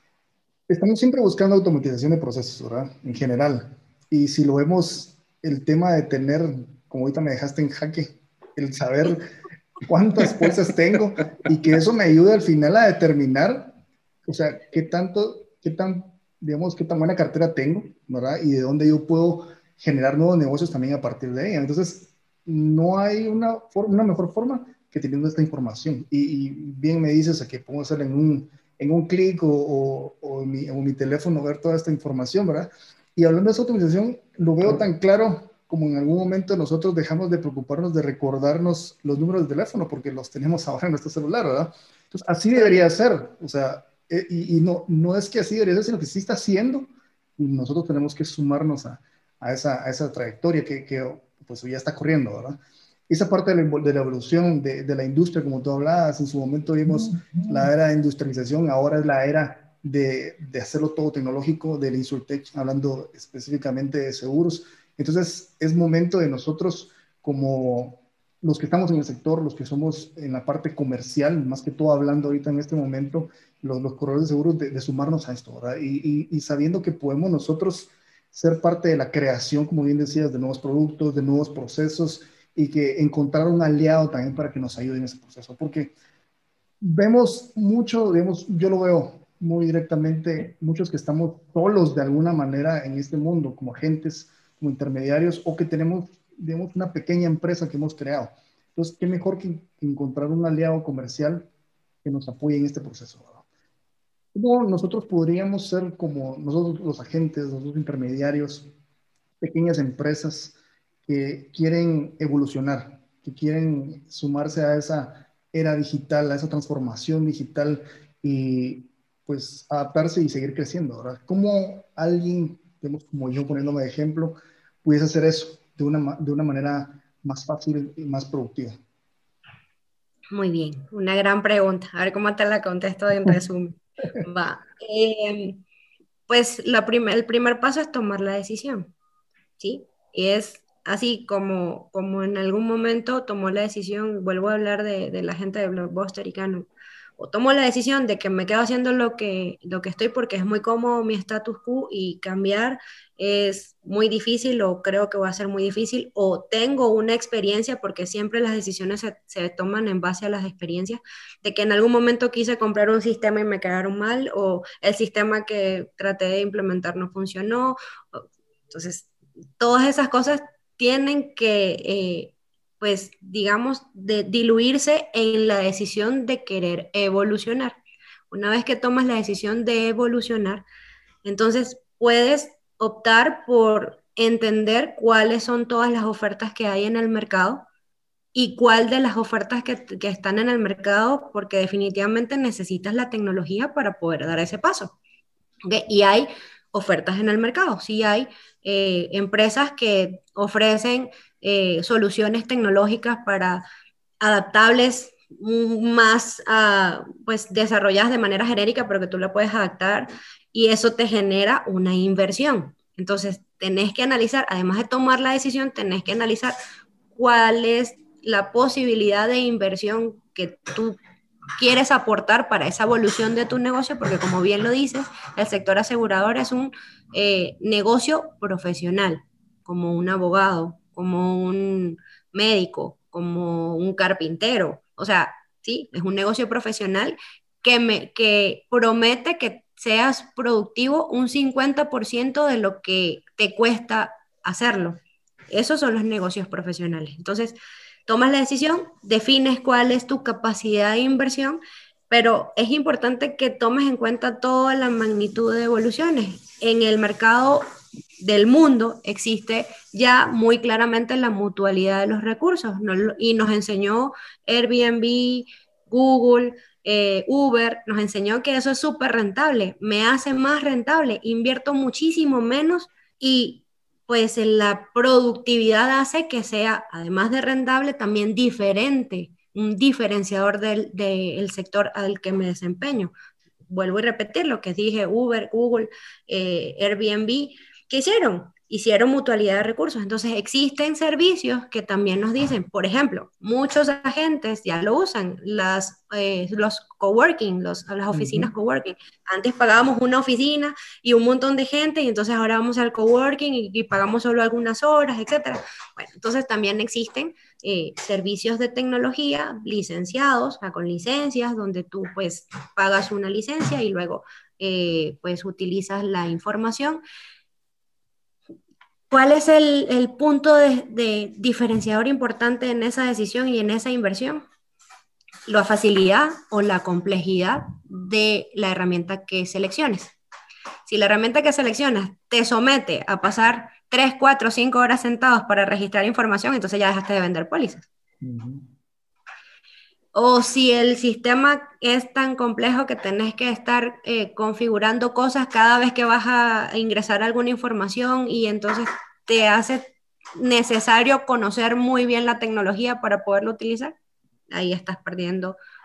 Estamos siempre buscando automatización de procesos, ¿verdad? En general. Y si lo vemos, el tema de tener, como ahorita me dejaste en jaque, el saber cuántas pólizas tengo y que eso me ayude al final a determinar, o sea, qué tanto, qué tan, digamos, qué tan buena cartera tengo, ¿verdad? Y de dónde yo puedo generar nuevos negocios también a partir de ella. Entonces, no hay una, forma, una mejor forma que teniendo esta información. Y, y bien me dices que puedo hacer en un, en un clic o, o, o, en mi, o mi teléfono ver toda esta información, ¿verdad? Y hablando de esa automatización, lo veo tan claro como en algún momento nosotros dejamos de preocuparnos de recordarnos los números de teléfono porque los tenemos ahora en nuestro celular, ¿verdad? Entonces, así debería ser, o sea, eh, y, y no, no es que así debería ser, sino que sí está haciendo, y nosotros tenemos que sumarnos a, a, esa, a esa trayectoria que, que pues ya está corriendo, ¿verdad? Esa parte de la, de la evolución de, de la industria, como tú hablabas, en su momento vimos la era de industrialización, ahora es la era de, de hacerlo todo tecnológico, del InsurTech, hablando específicamente de seguros. Entonces, es momento de nosotros, como los que estamos en el sector, los que somos en la parte comercial, más que todo hablando ahorita en este momento, los, los corredores de seguros, de, de sumarnos a esto, ¿verdad? Y, y, y sabiendo que podemos nosotros ser parte de la creación, como bien decías, de nuevos productos, de nuevos procesos, y que encontrar un aliado también para que nos ayude en ese proceso. Porque vemos mucho, digamos, yo lo veo muy directamente, muchos que estamos solos de alguna manera en este mundo, como agentes, como intermediarios, o que tenemos, digamos, una pequeña empresa que hemos creado. Entonces, qué mejor que encontrar un aliado comercial que nos apoye en este proceso, ¿verdad? ¿Cómo nosotros podríamos ser como nosotros los agentes, los intermediarios, pequeñas empresas que quieren evolucionar, que quieren sumarse a esa era digital, a esa transformación digital y pues adaptarse y seguir creciendo, ¿verdad? ¿Cómo alguien, digamos, como yo poniéndome de ejemplo, pudiese hacer eso de una, de una manera más fácil y más productiva? Muy bien, una gran pregunta. A ver cómo te la contesto en resumen. Va. Eh, pues la prim el primer paso es tomar la decisión, ¿sí? Y es así como, como en algún momento tomó la decisión, vuelvo a hablar de, de la gente de Blockbuster y Canon, o tomo la decisión de que me quedo haciendo lo que, lo que estoy porque es muy cómodo mi status quo y cambiar es muy difícil o creo que va a ser muy difícil, o tengo una experiencia porque siempre las decisiones se, se toman en base a las experiencias, de que en algún momento quise comprar un sistema y me quedaron mal, o el sistema que traté de implementar no funcionó. Entonces, todas esas cosas tienen que, eh, pues, digamos, de diluirse en la decisión de querer evolucionar. Una vez que tomas la decisión de evolucionar, entonces puedes optar por entender cuáles son todas las ofertas que hay en el mercado y cuál de las ofertas que, que están en el mercado, porque definitivamente necesitas la tecnología para poder dar ese paso. ¿Okay? Y hay ofertas en el mercado, sí hay eh, empresas que ofrecen eh, soluciones tecnológicas para adaptables más uh, pues desarrolladas de manera genérica, pero que tú la puedes adaptar y eso te genera una inversión. Entonces, tenés que analizar, además de tomar la decisión, tenés que analizar cuál es la posibilidad de inversión que tú quieres aportar para esa evolución de tu negocio, porque como bien lo dices, el sector asegurador es un eh, negocio profesional, como un abogado, como un médico, como un carpintero, o sea, sí, es un negocio profesional que, me, que promete que seas productivo un cincuenta por ciento de lo que te cuesta hacerlo. Esos son los negocios profesionales. Entonces, tomas la decisión, defines cuál es tu capacidad de inversión, pero es importante que tomes en cuenta toda la magnitud de evoluciones. En el mercado del mundo existe ya muy claramente la mutualidad de los recursos, ¿no? Y nos enseñó Airbnb, Google, eh, Uber, nos enseñó que eso es súper rentable, me hace más rentable, invierto muchísimo menos y pues la productividad hace que sea, además de rentable, también diferente, un diferenciador del, del sector al que me desempeño. Vuelvo a repetir lo que dije, Uber, Google, eh, Airbnb, ¿qué hicieron? Hicieron mutualidad de recursos. Entonces existen servicios que también nos dicen, por ejemplo, muchos agentes ya lo usan, las, eh, los coworking, los, las oficinas uh-huh. coworking. Antes pagábamos una oficina y un montón de gente y entonces ahora vamos al coworking y, y pagamos solo algunas horas, etcétera. Bueno, entonces también existen eh, servicios de tecnología licenciados, o sea, con licencias, donde tú pues pagas una licencia y luego eh, pues utilizas la información. ¿Cuál es el, el punto de, de diferenciador importante en esa decisión y en esa inversión? La facilidad o la complejidad de la herramienta que selecciones. Si la herramienta que seleccionas te somete a pasar tres, cuatro, cinco horas sentados para registrar información, entonces ya dejaste de vender pólizas. Uh-huh. O si el sistema es tan complejo que tenés que estar eh, configurando cosas cada vez que vas a ingresar alguna información y entonces te hace necesario conocer muy bien la tecnología para poderlo utilizar, ahí estás perdiendo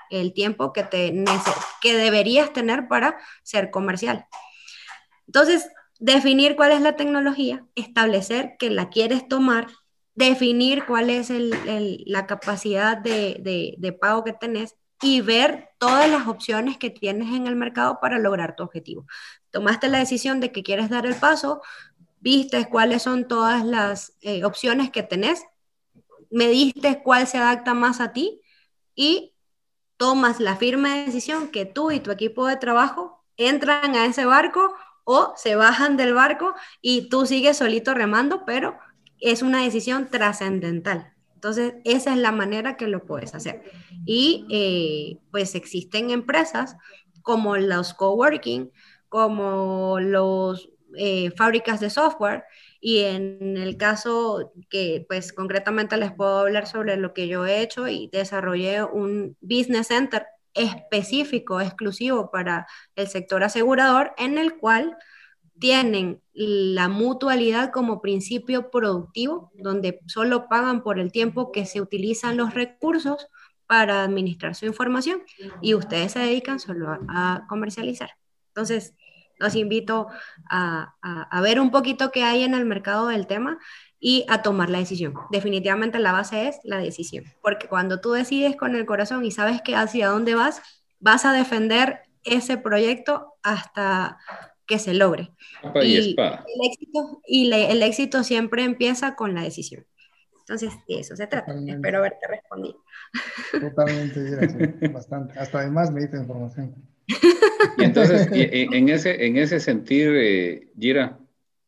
el tiempo que, te que deberías tener para ser comercial. Entonces, definir cuál es la tecnología, establecer que la quieres tomar, definir cuál es el, el, la capacidad de, de, de pago que tenés y ver todas las opciones que tienes en el mercado para lograr tu objetivo. Tomaste la decisión de que quieres dar el paso, viste cuáles son todas las eh, opciones que tenés, mediste cuál se adapta más a ti y tomas la firme decisión que tú y tu equipo de trabajo entran a ese barco o se bajan del barco y tú sigues solito remando, pero es una decisión trascendental. Entonces, esa es la manera que lo puedes hacer. Y eh, pues existen empresas como los coworking, como los eh, fábricas de software, y en el caso que pues concretamente les puedo hablar sobre lo que yo he hecho y desarrollé un business center específico, exclusivo para el sector asegurador, en el cual tienen la mutualidad como principio productivo, donde solo pagan por el tiempo que se utilizan los recursos para administrar su información y ustedes se dedican solo a, a comercializar. Entonces, los invito a, a, a ver un poquito qué hay en el mercado del tema y a tomar la decisión. Definitivamente la base es la decisión, porque cuando tú decides con el corazón y sabes que hacia dónde vas, vas a defender ese proyecto hasta que se logre. Capa y, y espada. El éxito, y le, el éxito siempre empieza con la decisión. Entonces, de eso se trata. Totalmente. Espero haberte respondido. Totalmente, gracias. Bastante. Hasta además me diste información. Y entonces, y, en, ese, en ese sentir, eh, Gira,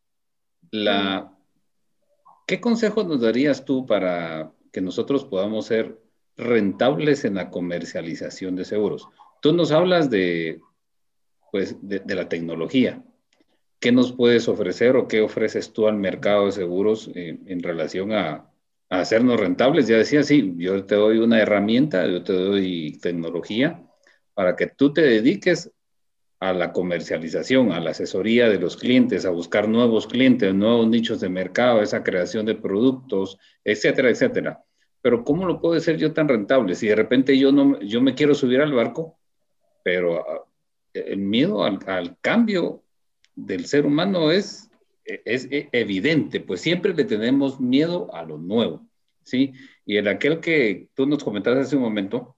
la, ¿qué consejos nos darías tú para que nosotros podamos ser rentables en la comercialización de seguros? Tú nos hablas de, pues, de, de la tecnología. ¿Qué nos puedes ofrecer o qué ofreces tú al mercado de seguros eh, en relación a, a hacernos rentables? Ya decía, sí, yo te doy una herramienta, yo te doy tecnología para que tú te dediques a la comercialización, a la asesoría de los clientes, a buscar nuevos clientes, nuevos nichos de mercado, esa creación de productos, etcétera, etcétera. Pero ¿cómo lo puedo hacer yo tan rentable? Si de repente yo, no, yo me quiero subir al barco, pero el miedo al, al cambio del ser humano es, es evidente, pues siempre le tenemos miedo a lo nuevo, ¿sí? Y en aquel que tú nos comentaste hace un momento,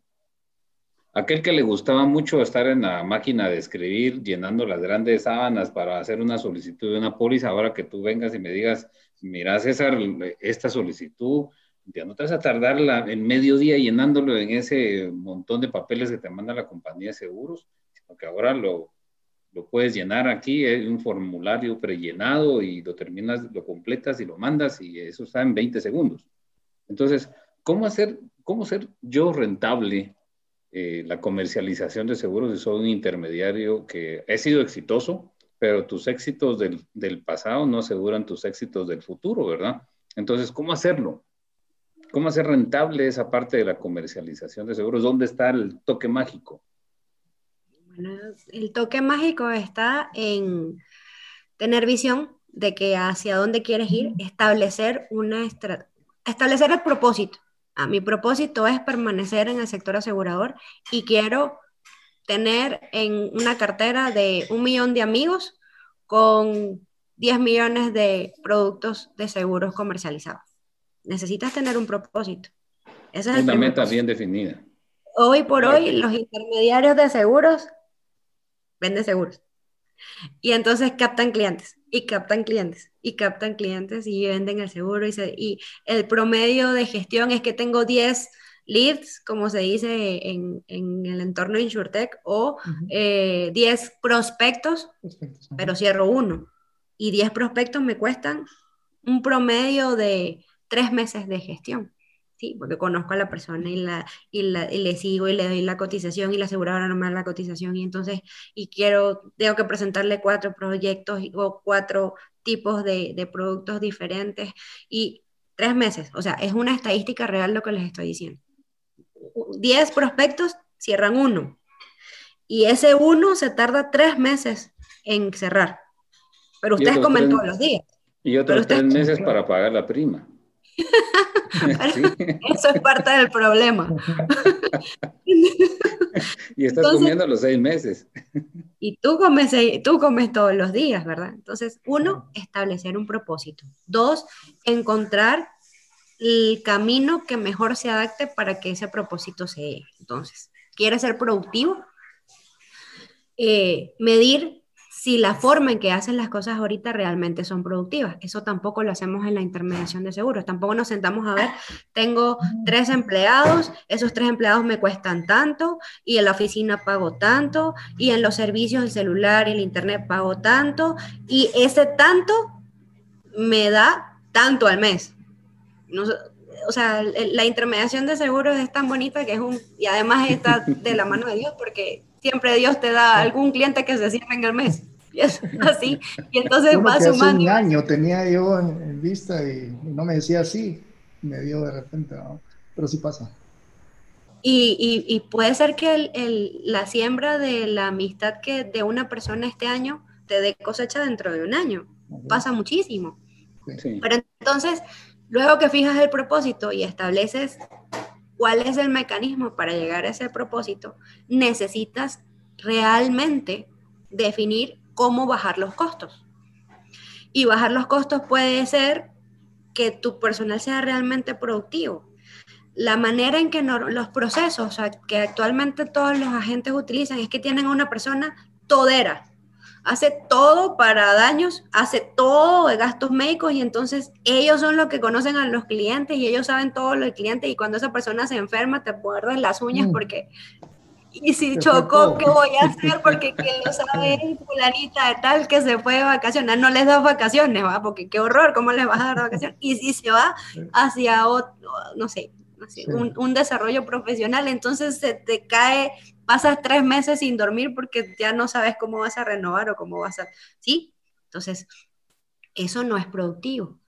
aquel que le gustaba mucho estar en la máquina de escribir, llenando las grandes sábanas para hacer una solicitud de una póliza, ahora que tú vengas y me digas, mira César, esta solicitud, ya no te vas a tardar la, el mediodía llenándolo en ese montón de papeles que te manda la compañía de seguros, sino que ahora lo, lo puedes llenar aquí, es un formulario prellenado y lo terminas, lo completas y lo mandas y eso está en veinte segundos. Entonces, ¿cómo hacer, cómo ser yo rentable Eh, la comercialización de seguros? Y soy un intermediario que he sido exitoso, pero tus éxitos del, del pasado no aseguran tus éxitos del futuro, ¿verdad? Entonces, ¿cómo hacerlo? ¿Cómo hacer rentable esa parte de la comercialización de seguros? ¿Dónde está el toque mágico? Bueno, el toque mágico está en tener visión de que hacia dónde quieres ir, establecer una estra- establecer el propósito. Ah, mi propósito es permanecer en el sector asegurador y quiero tener en una cartera de un millón de amigos con diez millones de productos de seguros comercializados. Necesitas tener un propósito. Ese es Una el meta paso. bien definida. Hoy por claro. Hoy los intermediarios de seguros venden seguros. Y entonces captan clientes, y captan clientes, y captan clientes, y venden el seguro, y, se, y el promedio de gestión es que tengo diez leads, como se dice en, en el entorno InsurTech, o uh-huh. eh, diez prospectos, prospectos uh-huh. pero cierro uno. Y diez prospectos me cuestan un promedio de tres meses de gestión. Sí, porque conozco a la persona y, la, y, la, y le sigo y le doy la cotización y la aseguradora no me da la cotización y entonces, y quiero, tengo que presentarle cuatro proyectos o cuatro tipos de, de productos diferentes y tres meses, o sea, es una estadística real lo que les estoy diciendo. Diez prospectos cierran uno y ese uno se tarda tres meses en cerrar, pero ustedes comen tres, todos los días. Y otros tres meses comen. Para pagar la prima. Sí. Eso es parte del problema. Y estás Entonces, comiendo los seis meses. Y tú comes, tú comes todos los días, ¿verdad? Entonces, uno, establecer un propósito. Dos, encontrar el camino que mejor se adapte para que ese propósito se llegue. Entonces, ¿quieres ser productivo? Eh, medir si la forma en que haces las cosas ahorita realmente son productivas. Eso tampoco lo hacemos en la intermediación de seguros. Tampoco nos sentamos a ver, tengo tres empleados, esos tres empleados me cuestan tanto, y en la oficina pago tanto, y en los servicios, el celular y el internet pago tanto, y ese tanto me da tanto al mes. No, o sea, la intermediación de seguros es tan bonita que es un, y además está de la mano de Dios, porque siempre Dios te da algún cliente que se cierre en el mes. Y es así. Y entonces Uno va que hace sumando. un año tenía yo en, en vista y, y no me decía así, me dio de repente, ¿no? Pero sí pasa. Y, y, y puede ser que el, el, la siembra de la amistad que de una persona este año te dé cosecha dentro de un año. Uh-huh. Pasa muchísimo. Sí. Pero entonces, luego que fijas el propósito y estableces cuál es el mecanismo para llegar a ese propósito, necesitas realmente definir cómo bajar los costos. Y bajar los costos puede ser que tu personal sea realmente productivo. La manera en que no, los procesos, o sea, que actualmente todos los agentes utilizan, es que tienen a una persona todera. Hace todo para daños, hace todo de gastos médicos, y entonces ellos son los que conocen a los clientes y ellos saben todo lo del cliente, y cuando esa persona se enferma te muerdes las uñas porque... Y si chocó, ¿qué voy a hacer? Porque quien lo sabe es fulanita de tal que se fue de vacaciones. No les das vacaciones, ¿va? Porque qué horror, ¿cómo les vas a dar vacaciones? Y si se va hacia otro, no sé, así, sí. un, un desarrollo profesional, entonces se te cae, pasas tres meses sin dormir porque ya no sabes cómo vas a renovar o cómo vas a... ¿Sí? Entonces, eso no es productivo.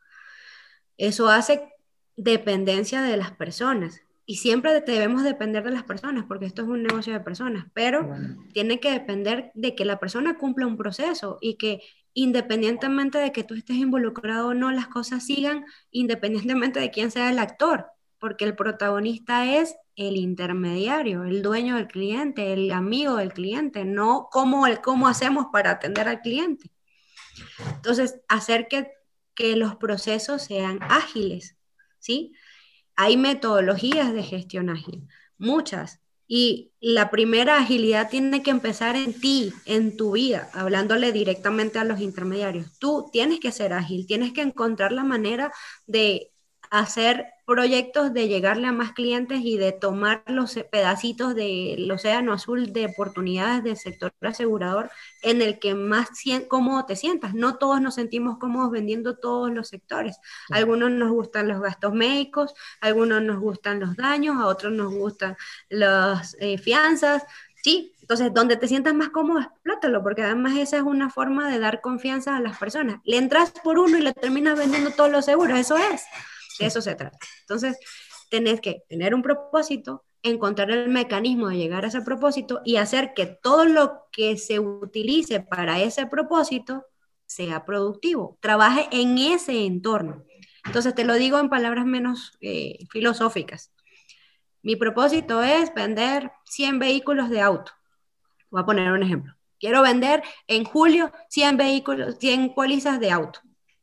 Eso hace dependencia de las personas. Y siempre debemos depender de las personas, porque esto es un negocio de personas, pero bueno, tiene que depender de que la persona cumpla un proceso y que independientemente de que tú estés involucrado o no, las cosas sigan independientemente de quién sea el actor, porque el protagonista es el intermediario, el dueño del cliente, el amigo del cliente, no cómo, el, cómo hacemos para atender al cliente. Entonces, hacer que, que los procesos sean ágiles, ¿sí? Hay metodologías de gestión ágil, muchas, y la primera agilidad tiene que empezar en ti, en tu vida, hablándole directamente a los intermediarios. Tú tienes que ser ágil, tienes que encontrar la manera de hacer proyectos, de llegarle a más clientes y de tomar los pedacitos del océano azul de oportunidades del sector asegurador en el que más cómodo te sientas. No todos nos sentimos cómodos vendiendo todos los sectores. Sí. Algunos nos gustan los gastos médicos, a algunos nos gustan los daños, a otros nos gustan las eh, fianzas. Sí, entonces donde te sientas más cómodo, explótalo, porque además esa es una forma de dar confianza a las personas. Le entras por uno y le terminas vendiendo todos los seguros, eso es. De eso se trata. Entonces, tenés que tener un propósito, encontrar el mecanismo de llegar a ese propósito y hacer que todo lo que se utilice para ese propósito sea productivo, trabaje en ese entorno. Entonces, te lo digo en palabras menos eh, filosóficas. Mi propósito es vender cien vehículos de auto. Voy a poner un ejemplo. Quiero vender en julio cien vehículos, cien pólizas de auto.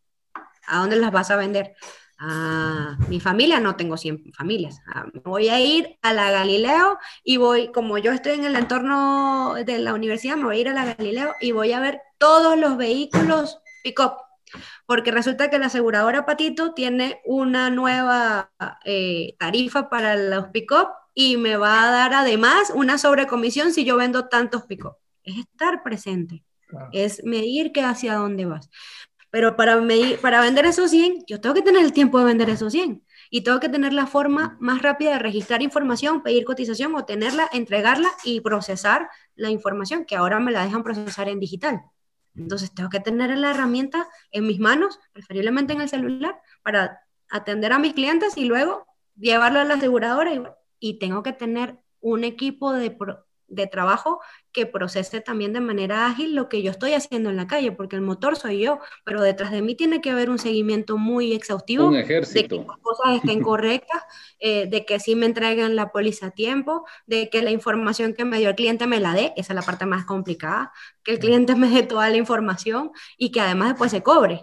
¿A dónde las vas a vender? Ah, mi familia, no tengo cien familias. Ah, voy a ir a la Galileo y voy, como yo estoy en el entorno de la universidad, me voy a ir a la Galileo y voy a ver todos los vehículos pick-up. Porque resulta que la aseguradora Patito tiene una nueva eh, tarifa para los pick-up y me va a dar además una sobrecomisión si yo vendo tantos pick-up. Es estar presente, claro. Es medir que hacia dónde vas. Pero para, medir, para vender esos cien, yo tengo que tener el tiempo de vender esos cien. Y tengo que tener la forma más rápida de registrar información, pedir cotización, obtenerla, entregarla y procesar la información, que ahora me la dejan procesar en digital. Entonces tengo que tener la herramienta en mis manos, preferiblemente en el celular, para atender a mis clientes y luego llevarlo a la aseguradora. Y, y tengo que tener un equipo de... Pro, de trabajo que procese también de manera ágil lo que yo estoy haciendo en la calle, porque el motor soy yo, pero detrás de mí tiene que haber un seguimiento muy Un exhaustivo de que ejército. las cosas estén correctas, eh, de que sí me entreguen la póliza a tiempo, de que la información que me dio el cliente me la dé, esa es la parte más complicada, que el cliente me dé toda la información y que además después se cobre.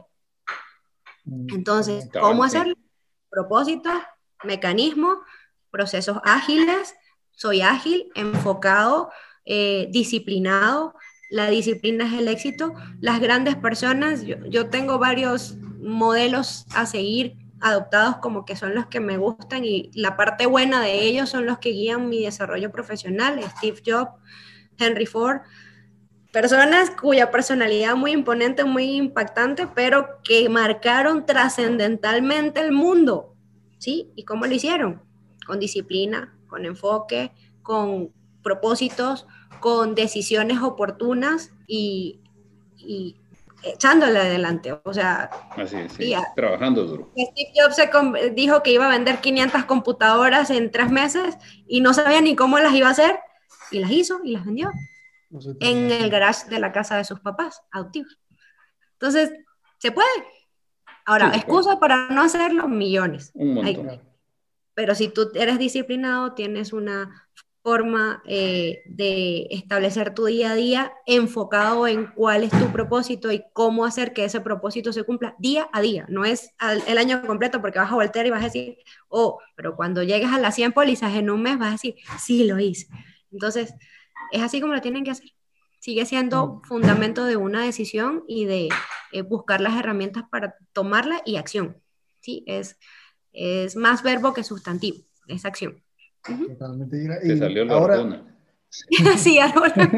Entonces, ¿cómo Cabal, hacerlo? sí. Propósito, mecanismo, procesos ágiles, soy ágil, enfocado, eh, disciplinado, la disciplina es el éxito. Las grandes personas, yo, yo tengo varios modelos a seguir adoptados como que son los que me gustan y la parte buena de ellos son los que guían mi desarrollo profesional, Steve Jobs, Henry Ford, personas cuya personalidad muy imponente, muy impactante, pero que marcaron trascendentalmente el mundo, ¿sí? ¿Y cómo lo hicieron? Con disciplina, con enfoque, con propósitos, con decisiones oportunas y, y echándole adelante. O sea, Así es, sí. y a, Trabajando duro. Steve Jobs se dijo que iba a vender quinientas computadoras en tres meses y no sabía ni cómo las iba a hacer, y las hizo y las vendió No sé, en el terminación. garage de la casa de sus papás adoptivos. Entonces, se puede. Ahora, Sí, se puede. excusa para no hacerlo, millones. Un Hay, montón. pero si tú eres disciplinado, tienes una forma eh, de establecer tu día a día enfocado en cuál es tu propósito y cómo hacer que ese propósito se cumpla día a día. No es al, el año completo porque vas a voltear y vas a decir, oh, pero cuando llegues a las cien pólizas en un mes vas a decir, sí, lo hice. Entonces, es así como lo tienen que hacer. Sigue siendo fundamento de una decisión y de eh, buscar las herramientas para tomarla y acción. ¿Sí? Es, es más verbo que sustantivo, es acción. Uh-huh. Totalmente. Gira. Te Y salió lo ahora, Arjona. Sí, ahora.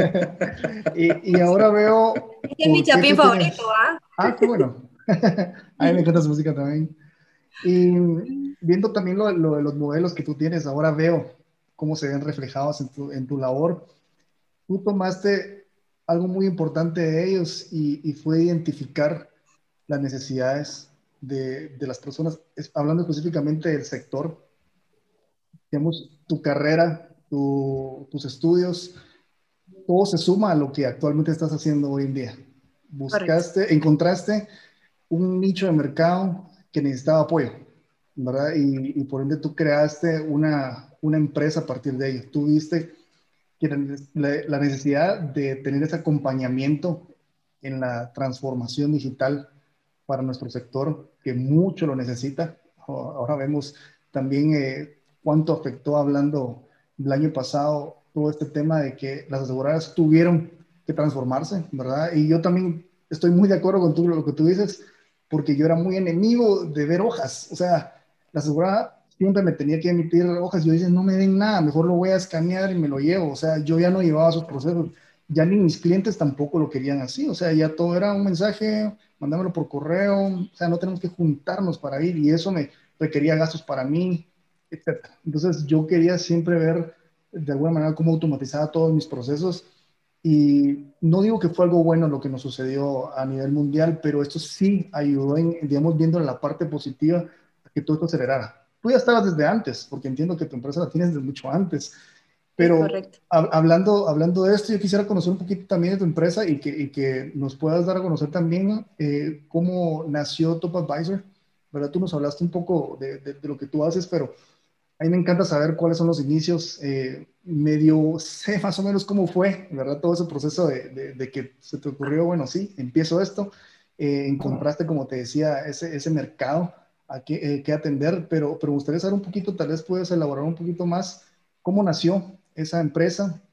y, y ahora veo Este es mi por qué chapín tú favorito, tienes. ¿ah? Ah, qué bueno. A mí me encanta su música también. Y viendo también lo, lo de los modelos que tú tienes, ahora veo cómo se ven reflejados en tu, en tu labor. Tú tomaste algo muy importante de ellos y, y fue identificar las necesidades de, de las personas, es- hablando específicamente del sector, digamos, tu carrera, tu- tus estudios, todo se suma a lo que actualmente estás haciendo hoy en día. Correcto. Buscaste, encontraste un nicho de mercado que necesitaba apoyo, ¿verdad? Y, y por ende tú creaste una, una empresa a partir de ello. Tú viste que la, la necesidad de tener ese acompañamiento en la transformación digital para nuestro sector, que mucho lo necesita. Ahora vemos también eh, cuánto afectó, hablando del año pasado, todo este tema de que las aseguradoras tuvieron que transformarse, ¿verdad? Y yo también estoy muy de acuerdo con tú, lo que tú dices, porque yo era muy enemigo de ver hojas. O sea, la aseguradora siempre me tenía que emitir hojas. Yo dije, no me den nada, mejor lo voy a escanear y me lo llevo. O sea, yo ya no llevaba esos procesos. Ya ni mis clientes tampoco lo querían así. O sea, ya todo era un mensaje, mándamelo por correo. O sea, no tenemos que juntarnos para ir y eso me requería gastos para mí, etcétera. Entonces, yo quería siempre ver de alguna manera cómo automatizaba todos mis procesos. Y no digo que fue algo bueno lo que nos sucedió a nivel mundial, pero esto sí ayudó en, digamos, viendo la parte positiva, a que todo esto acelerara. Tú ya estabas desde antes, porque entiendo que tu empresa la tienes desde mucho antes, Sí, pero correcto. hab- hablando, hablando de esto, yo quisiera conocer un poquito también de tu empresa y que, y que nos puedas dar a conocer también eh, cómo nació Top Advisor, ¿verdad? Tú nos hablaste un poco de, de, de lo que tú haces, pero a mí me encanta saber cuáles son los inicios, eh, medio sé más o menos cómo fue, ¿verdad? Todo ese proceso de, de, de que se te ocurrió, bueno, sí, empiezo esto, eh, encontraste, como te decía, ese, ese mercado a que, eh, que atender, pero, pero me gustaría saber un poquito, tal vez puedes elaborar un poquito más cómo nació esa empresa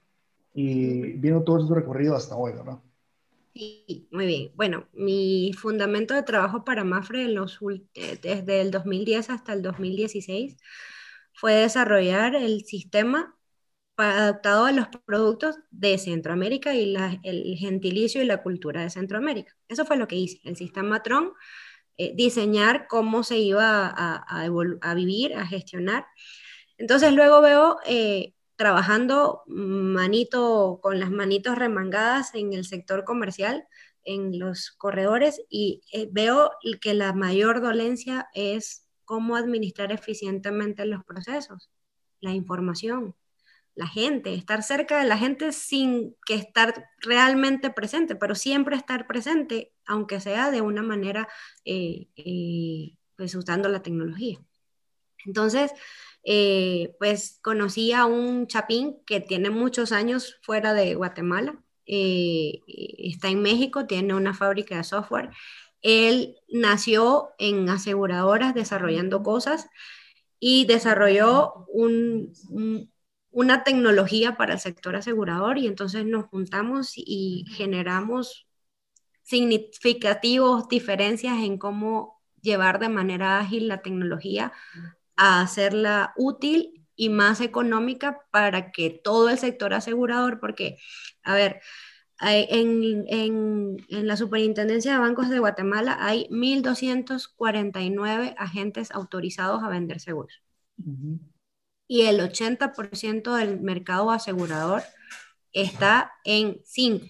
y viendo todo su recorrido hasta hoy, ¿verdad? Sí, muy bien. Bueno, mi fundamento de trabajo para Mafre en los, ul- eh, desde el dos mil diez hasta el dos mil dieciséis fue desarrollar el sistema pa- adaptado a los productos de Centroamérica y la- el gentilicio y la cultura de Centroamérica. Eso fue lo que hice, el sistema Tron, eh, diseñar cómo se iba a, a evolu- a vivir, a gestionar. Entonces luego veo eh, trabajando manito con las manitos remangadas en el sector comercial, en los corredores, y eh, veo que la mayor dolencia es cómo administrar eficientemente los procesos, la información, la gente, estar cerca de la gente sin que estar realmente presente, pero siempre estar presente, aunque sea de una manera, eh, eh, pues usando la tecnología. Entonces, eh, pues conocí a un chapín que tiene muchos años fuera de Guatemala, eh, está en México, tiene una fábrica de software. Él nació en aseguradoras desarrollando cosas y desarrolló un, un, una tecnología para el sector asegurador y entonces nos juntamos y generamos significativas diferencias en cómo llevar de manera ágil la tecnología a hacerla útil y más económica para que todo el sector asegurador, porque, a ver, en, en, en la Superintendencia de Bancos de Guatemala hay mil doscientos cuarenta y nueve agentes autorizados a vender seguros. Uh-huh. Y el ochenta por ciento del mercado asegurador está en cinco.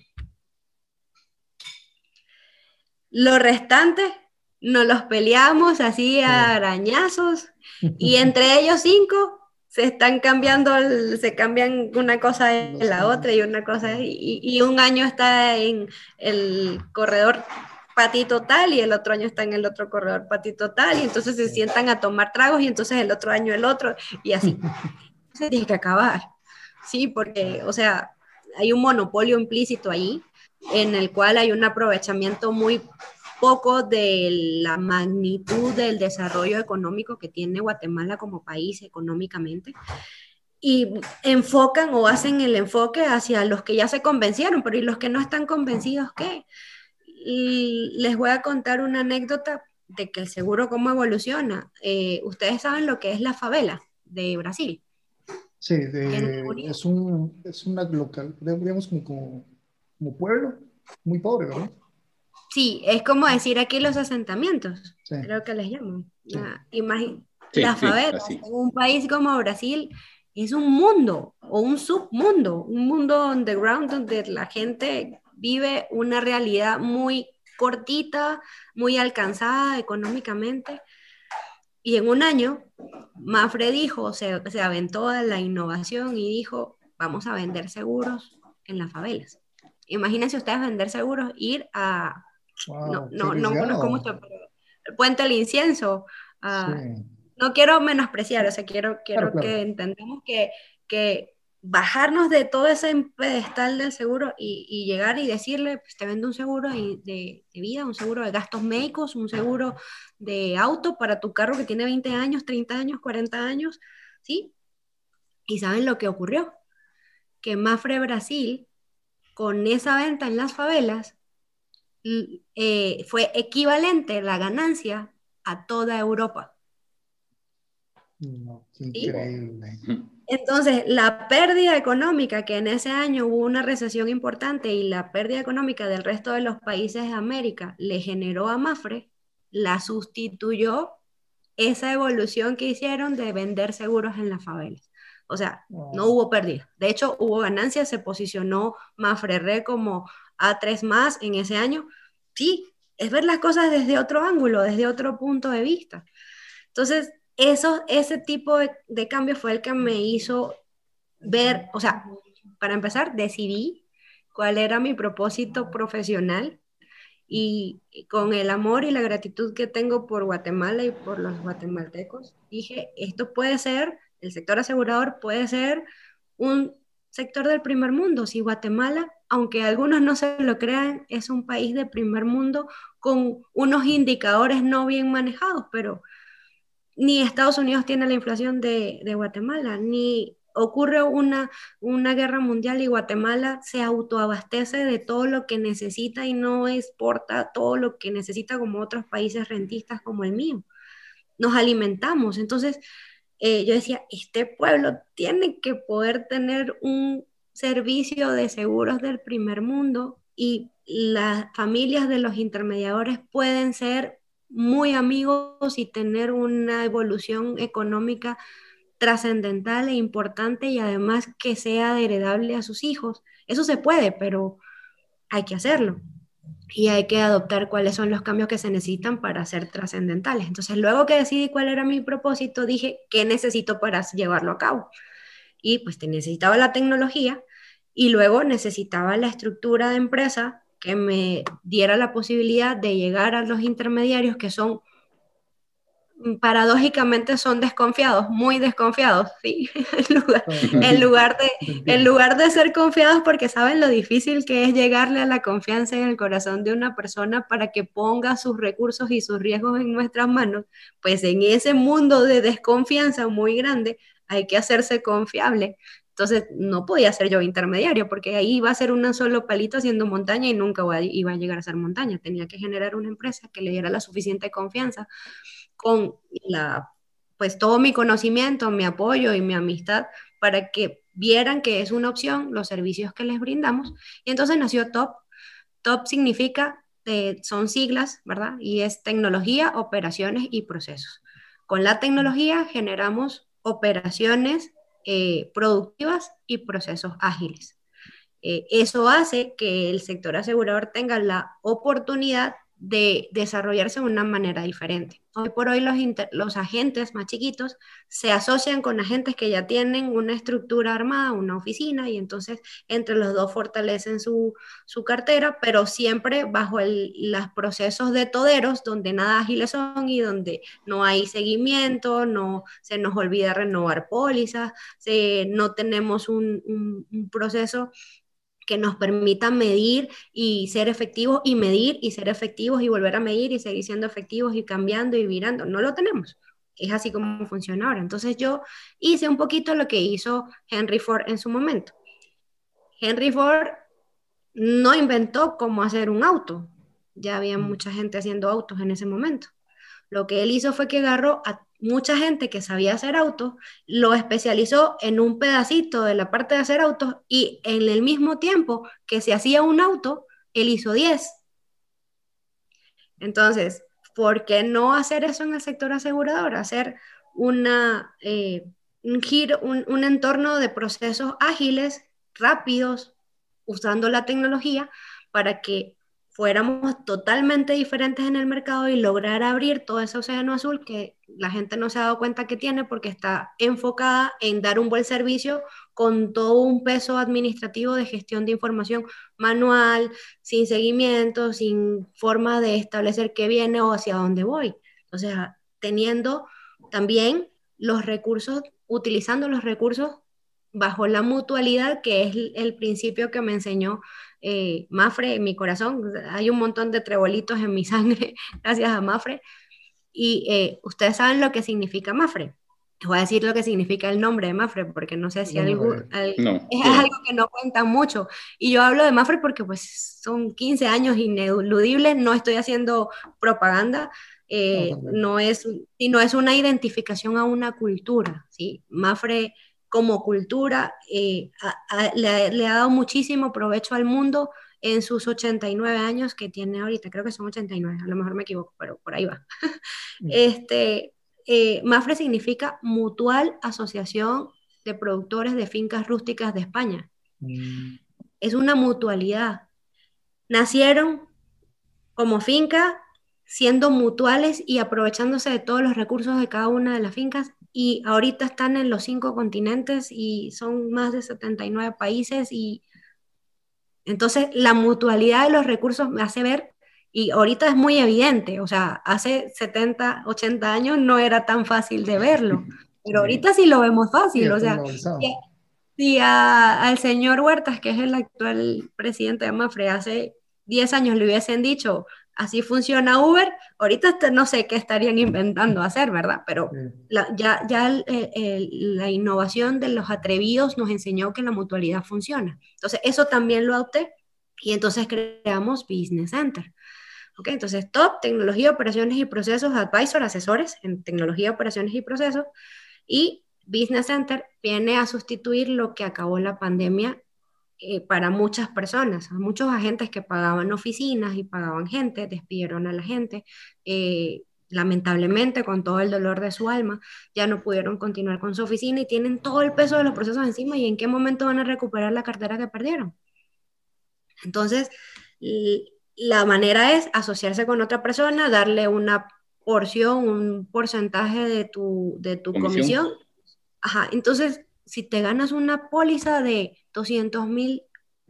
Los restantes nos los peleamos así a arañazos y entre ellos cinco se están cambiando, el, se cambian una cosa de la otra y una cosa, y, y un año está en el corredor patito tal y el otro año está en el otro corredor patito tal y entonces se sientan a tomar tragos y entonces el otro año el otro y así. Entonces tiene que acabar, sí, porque, o sea, hay un monopolio implícito ahí en el cual hay un aprovechamiento muy poco de la magnitud del desarrollo económico que tiene Guatemala como país económicamente y enfocan o hacen el enfoque hacia los que ya se convencieron, pero ¿y los que no están convencidos qué? Y les voy a contar una anécdota de que el seguro cómo evoluciona. Eh, ustedes saben lo que es la favela de Brasil. Sí, de, es, un, es una local, digamos como, como, como pueblo muy pobre, ¿verdad? Sí, es como decir aquí los asentamientos, sí. Creo que les llaman. Sí. La, imagi- sí, la favela sí, en un país como Brasil es un mundo o un submundo, un mundo underground donde la gente vive una realidad muy cortita, muy alcanzada económicamente. Y en un año, Mapfre dijo, se, se aventó a la innovación y dijo, vamos a vender seguros en las favelas. Imagínense ustedes vender seguros, ir a... Wow, no, no, no conozco mucho, pero el Puente del Incienso. Uh, sí. No quiero menospreciar, o sea, quiero, quiero claro, claro. que entendamos que, que bajarnos de todo ese pedestal del seguro y, y llegar y decirle, pues te vendo un seguro de, de, de vida, un seguro de gastos médicos, un seguro de auto para tu carro que tiene veinte años, treinta años, cuarenta años, ¿sí? Y ¿saben lo que ocurrió? Que Mapfre Brasil, con esa venta en las favelas, Eh, fue equivalente la ganancia a toda Europa. No, increíble. ¿Sí? Entonces, la pérdida económica, que en ese año hubo una recesión importante y la pérdida económica del resto de los países de América le generó a Mapfre, la sustituyó esa evolución que hicieron de vender seguros en las favelas. O sea, wow. No hubo pérdida. De hecho, hubo ganancias, se posicionó Mapfre Re como A tres más en ese año. Sí, es ver las cosas desde otro ángulo, desde otro punto de vista. Entonces, eso, ese tipo de, de cambio fue el que me hizo ver, o sea, para empezar, decidí cuál era mi propósito profesional y con el amor y la gratitud que tengo por Guatemala y por los guatemaltecos, dije, esto puede ser, el sector asegurador puede ser un sector del primer mundo. Si Guatemala, aunque algunos no se lo crean, es un país de primer mundo con unos indicadores no bien manejados, pero ni Estados Unidos tiene la inflación de, de Guatemala, ni ocurre una, una guerra mundial y Guatemala se autoabastece de todo lo que necesita y no exporta todo lo que necesita como otros países rentistas como el mío. Nos alimentamos. Entonces, eh, yo decía, este pueblo tiene que poder tener un servicio de seguros del primer mundo y las familias de los intermediadores pueden ser muy amigos y tener una evolución económica trascendental e importante y además que sea heredable a sus hijos. Eso se puede, pero hay que hacerlo y hay que adoptar cuáles son los cambios que se necesitan para ser trascendentales. Entonces, luego que decidí cuál era mi propósito, dije, ¿qué necesito para llevarlo a cabo? y pues te necesitaba la tecnología y luego necesitaba la estructura de empresa que me diera la posibilidad de llegar a los intermediarios que son, paradójicamente son desconfiados, muy desconfiados, ¿sí? En lugar, en lugar de, en lugar de ser confiados porque saben lo difícil que es llegarle a la confianza en el corazón de una persona para que ponga sus recursos y sus riesgos en nuestras manos, pues en ese mundo de desconfianza muy grande hay que hacerse confiable. Entonces no podía ser yo intermediario porque ahí iba a ser un solo palito haciendo montaña y nunca iba a llegar a ser montaña. Tenía que generar una empresa que le diera la suficiente confianza con la, pues todo mi conocimiento, mi apoyo y mi amistad para que vieran que es una opción los servicios que les brindamos. Y entonces nació Top. Top significa, eh, son siglas, ¿verdad? Y es tecnología, operaciones y procesos. Con la tecnología generamos operaciones eh, productivas y procesos ágiles. Eh, eso hace que el sector asegurador tenga la oportunidad de desarrollarse de una manera diferente. Hoy por hoy los, los agentes más chiquitos se asocian con agentes que ya tienen una estructura armada, una oficina, y entonces entre los dos fortalecen su, su cartera, pero siempre bajo el, los procesos de toderos, donde nada ágiles son y donde no hay seguimiento, no se nos olvida renovar pólizas, se, no tenemos un, un, un proceso que nos permita medir y ser efectivos y medir y ser efectivos y volver a medir y seguir siendo efectivos y cambiando y virando. No lo tenemos. Es así como funciona ahora. Entonces yo hice un poquito lo que hizo Henry Ford en su momento. Henry Ford no inventó cómo hacer un auto. Ya había mucha gente haciendo autos en ese momento. Lo que él hizo fue que agarró a mucha gente que sabía hacer autos, lo especializó en un pedacito de la parte de hacer autos y en el mismo tiempo que se hacía un auto, él hizo diez. Entonces, ¿por qué no hacer eso en el sector asegurador? Hacer una, eh, un giro, un, un entorno de procesos ágiles, rápidos, usando la tecnología para que fuéramos totalmente diferentes en el mercado y lograr abrir todo ese océano azul que la gente no se ha dado cuenta que tiene porque está enfocada en dar un buen servicio con todo un peso administrativo de gestión de información manual, sin seguimiento, sin forma de establecer qué viene o hacia dónde voy. O sea, teniendo también los recursos, utilizando los recursos bajo la mutualidad, que es el principio que me enseñó eh, Mafre en mi corazón. Hay un montón de trebolitos en mi sangre gracias a Mafre. Y eh, ustedes saben lo que significa Mafre. Les voy a decir lo que significa el nombre de Mafre, porque no sé si no, algo, al, no, es no. algo que no cuentan mucho. Y yo hablo de Mafre porque pues son quince años ineludibles, no estoy haciendo propaganda, eh, no, no, es, y no es una identificación a una cultura, ¿sí? Mafre como cultura eh, a, a, le, le ha dado muchísimo provecho al mundo en sus ochenta y nueve años que tiene ahorita, creo que son ochenta y nueve, a lo mejor me equivoco, pero por ahí va. este, eh, Mafre significa Mutual Asociación de Productores de Fincas Rústicas de España. Mm. Es una mutualidad. Nacieron como finca, siendo mutuales y aprovechándose de todos los recursos de cada una de las fincas, y ahorita están en los cinco continentes y son más de setenta y nueve países, y entonces la mutualidad de los recursos me hace ver, y ahorita es muy evidente, o sea, hace setenta, ochenta años no era tan fácil de verlo, pero ahorita sí lo vemos fácil, sí, o sea, si, si a, al señor Huertas, que es el actual presidente de Mafre, hace diez años le hubiesen dicho, así funciona Uber, ahorita no sé qué estarían inventando hacer, ¿verdad? Pero la, ya, ya el, el, la innovación de los atrevidos nos enseñó que la mutualidad funciona. Entonces, eso también lo adopté y entonces creamos Business Center. ¿Okay? Entonces, Top, tecnología, operaciones y procesos, advisor, asesores en tecnología, operaciones y procesos, y Business Center viene a sustituir lo que acabó la pandemia Eh, para muchas personas, muchos agentes que pagaban oficinas y pagaban gente, despidieron a la gente, eh, lamentablemente con todo el dolor de su alma, ya no pudieron continuar con su oficina y tienen todo el peso de los procesos encima, y en qué momento van a recuperar la cartera que perdieron. Entonces, la manera es asociarse con otra persona, darle una porción, un porcentaje de tu, de tu comisión. comisión. Ajá, entonces si te ganas una póliza de doscientos mil,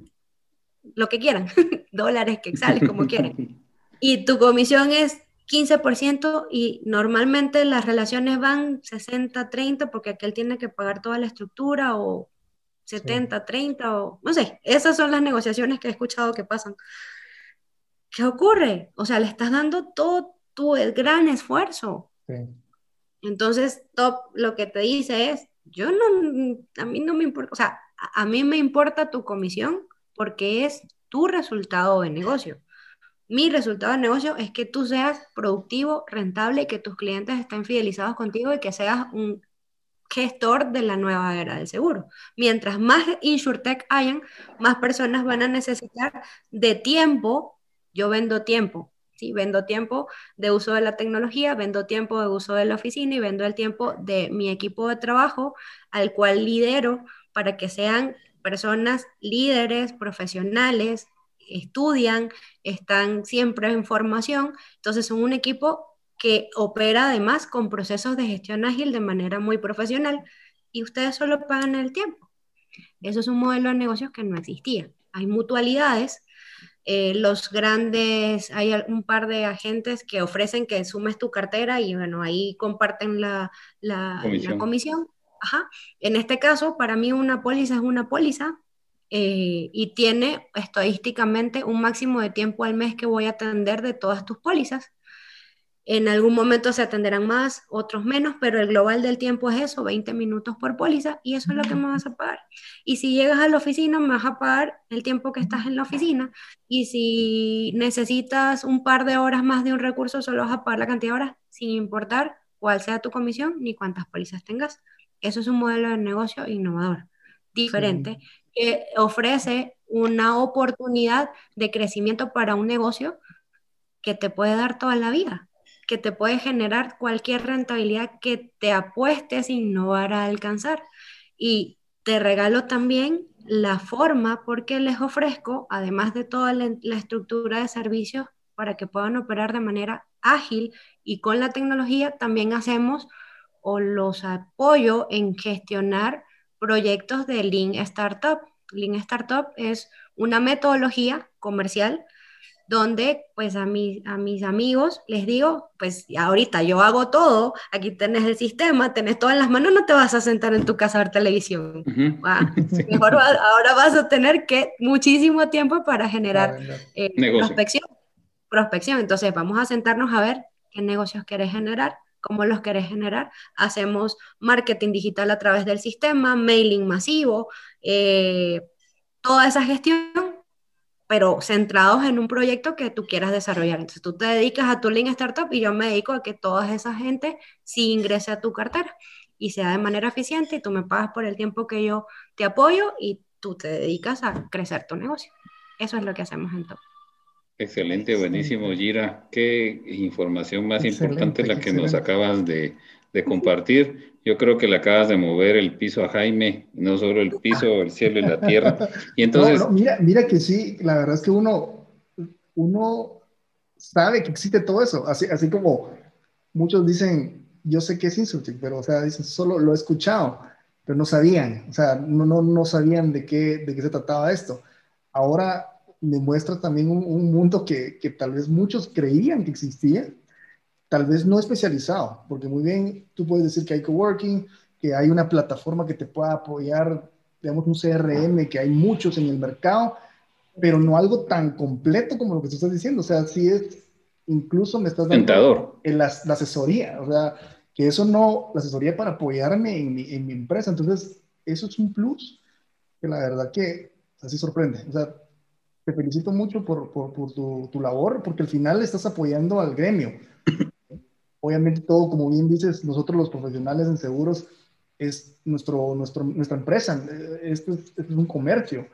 lo que quieran, dólares, quetzales, como quieran, y tu comisión es quince por ciento y normalmente las relaciones van sesenta treinta porque aquel tiene que pagar toda la estructura o Sí, setenta treinta o no sé, esas son las negociaciones que he escuchado que pasan. ¿Qué ocurre? O sea, le estás dando todo tu gran esfuerzo. sí, Entonces, Top lo que te dice es, yo no, a mí no me importa, o sea, a, a mí me importa tu comisión porque es tu resultado de negocio. Mi resultado de negocio es que tú seas productivo, rentable y que tus clientes estén fidelizados contigo y que seas un gestor de la nueva era del seguro. Mientras más InsurTech hayan, más personas van a necesitar de tiempo. Yo vendo tiempo, ¿sí? Vendo tiempo de uso de la tecnología, vendo tiempo de uso de la oficina y vendo el tiempo de mi equipo de trabajo, al cual lidero para que sean personas líderes, profesionales, estudian, están siempre en formación. Entonces son un equipo que opera además con procesos de gestión ágil de manera muy profesional y ustedes solo pagan el tiempo. Eso es un modelo de negocios que no existía. Hay mutualidades, eh, los grandes, hay un par de agentes que ofrecen que sumes tu cartera y bueno, ahí comparten la, la, la Comisión. comisión. Ajá. En este caso, para mí una póliza es una póliza eh, y tiene estadísticamente un máximo de tiempo al mes que voy a atender de todas tus pólizas. En algún momento se atenderán más, otros menos, pero el global del tiempo es eso, veinte minutos por póliza, y eso es lo que me vas a pagar. Y si llegas a la oficina, me vas a pagar el tiempo que estás en la oficina. Y si necesitas un par de horas más de un recurso, solo vas a pagar la cantidad de horas, sin importar cuál sea tu comisión ni cuántas pólizas tengas. Eso es un modelo de negocio innovador, sí, diferente, que ofrece una oportunidad de crecimiento para un negocio que te puede dar toda la vida, que te puede generar cualquier rentabilidad que te apuestes sin no van a alcanzar. Y te regalo también la forma porque les ofrezco, además de toda la, la estructura de servicios para que puedan operar de manera ágil y con la tecnología, también hacemos o los apoyo en gestionar proyectos de Lean Startup. Lean Startup es una metodología comercial donde pues a, mi, a mis amigos les digo, pues ahorita yo hago todo, aquí tenés el sistema, tenés todo en las manos, no te vas a sentar en tu casa a ver televisión. Ujú. ¿Va? Sí. Mejor va, ahora vas a tener que muchísimo tiempo para para generar vender. eh, Negocio. prospección, prospección. Entonces vamos a sentarnos a ver qué negocios querés generar, cómo los querés generar. Hacemos marketing digital a través del sistema, mailing masivo, eh, toda esa gestión pero centrados en un proyecto que tú quieras desarrollar. Entonces tú te dedicas a tu Lean Startup y yo me dedico a que toda esa gente sí ingrese a tu cartera y sea de manera eficiente y tú me pagas por el tiempo que yo te apoyo y tú te dedicas a crecer tu negocio. Eso es lo que hacemos en Top. Excelente, buenísimo, Excelente, Gira. Qué información más importante excelente, la que nos excelente. acabas de, de compartir. Yo creo que le acabas de mover el piso a Jaime, no solo el piso, el cielo y la tierra. Y No, no, entonces, mira, mira que sí, la verdad es que uno, uno sabe que existe todo eso, así, así como muchos dicen, yo sé que es insulting, pero o sea, dicen, solo lo he escuchado, pero no sabían, o sea, no, no, no sabían de qué, de qué se trataba esto. Ahora me muestra también un, un mundo que, que tal vez muchos creían que existía, tal vez no especializado, porque muy bien tú puedes decir que hay coworking, que hay una plataforma que te pueda apoyar, digamos un C R M, que hay muchos en el mercado, pero no algo tan completo como lo que tú estás diciendo. O sea, sí es, incluso me estás dando tentador. el, la, la asesoría, o sea, que eso no, la asesoría para apoyarme en mi, en mi empresa. Entonces, eso es un plus que la verdad que así sorprende. O sea, te felicito mucho por, por, por tu, tu labor, porque al final estás apoyando al gremio. Obviamente todo, como bien dices, nosotros los profesionales en seguros es nuestro, nuestro, nuestra empresa, esto es, esto es un comercio,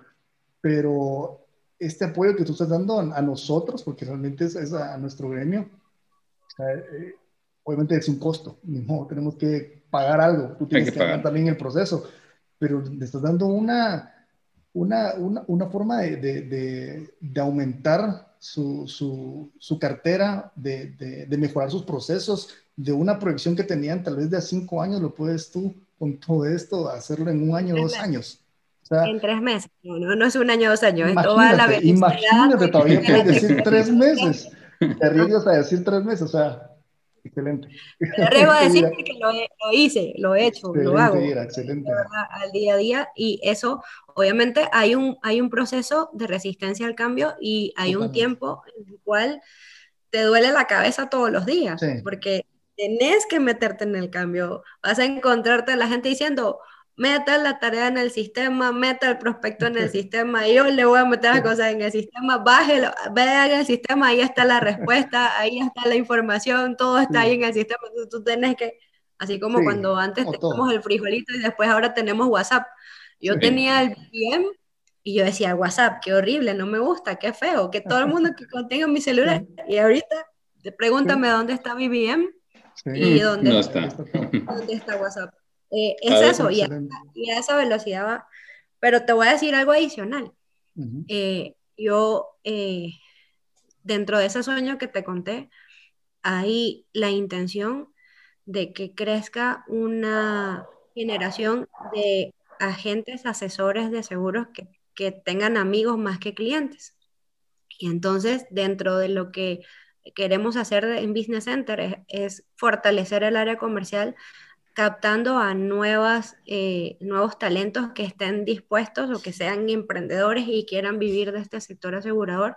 pero este apoyo que tú estás dando a, a nosotros, porque realmente es, es a, a, nuestro gremio, o sea, eh, obviamente es un costo, no tenemos que pagar algo, tú Hay tienes que que ganar pagar. también el proceso, pero le estás dando una, una, una, una forma de, de, de, de aumentar su, su, su cartera, de, de, de, mejorar sus procesos, de una proyección que tenían tal vez de a cinco años, lo puedes tú con todo esto, hacerlo en un año, dos años. O sea, en tres meses. No, no, no es un año, dos años. Esto va a la imagínate, velocidad imagínate, todavía de la puedes decir tres tecnología. meses. Te arriesgas a decir tres meses, o sea, excelente. Me arriesgo a decir Mira, porque lo, he- lo hice, lo he hecho, lo excelente, hago Ira, de excelente. verdad, al día a día y eso, obviamente, hay un, hay un proceso de resistencia al cambio y hay un Totalmente. tiempo en el cual te duele la cabeza todos los días, Sí, porque tenés que meterte en el cambio. Vas a encontrarte a la gente diciendo, meta la tarea en el sistema, meta el prospecto en el sistema, y yo le voy a meter las cosas en el sistema, bájelo, vean el sistema, ahí está la respuesta, ahí está la información, todo está ahí sí, en el sistema, tú, tú tenés que, así como sí, cuando antes como teníamos todo. el frijolito y después ahora tenemos WhatsApp. Sí, Yo tenía el B M y yo decía, WhatsApp, qué horrible, no me gusta, qué feo, que todo el mundo que contenga mi celular. sí, Y ahorita, pregúntame sí, dónde está mi B M y sí, dónde, No ahí está. está todo. dónde está WhatsApp. Eh, A es ver, eso, y a, Excelente. y a esa velocidad va. Pero te voy a decir algo adicional. Ujú. Eh, yo, eh, dentro de ese sueño que te conté, hay la intención de que crezca una generación de agentes asesores de seguros que, que tengan amigos más que clientes. Y entonces, dentro de lo que queremos hacer en Business Center es, es fortalecer el área comercial, captando a nuevas, eh, nuevos talentos que estén dispuestos o que sean emprendedores y quieran vivir de este sector asegurador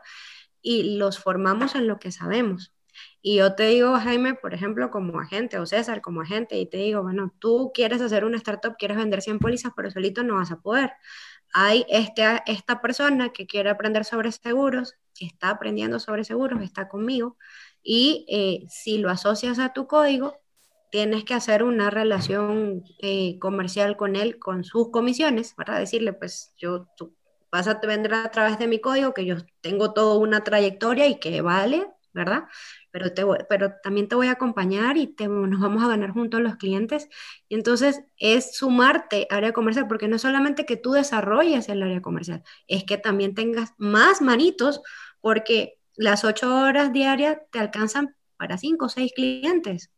y los formamos en lo que sabemos. Y yo te digo, Jaime, por ejemplo, como agente, o César como agente, y te digo, bueno, tú quieres hacer una startup, quieres vender cien pólizas, pero solito no vas a poder. Hay este, esta persona que quiere aprender sobre seguros, que está aprendiendo sobre seguros, está conmigo, y eh, si lo asocias a tu código, tienes que hacer una relación eh, comercial con él, con sus comisiones, para decirle, pues yo, tú vas a vender a través de mi código, que yo tengo toda una trayectoria y que vale, ¿verdad? Pero, te voy, pero también te voy a acompañar y te, nos vamos a ganar juntos los clientes. Y entonces es sumarte área comercial, porque no es solamente que tú desarrolles el área comercial, es que también tengas más manitos, porque las ocho horas diarias te alcanzan para cinco o seis clientes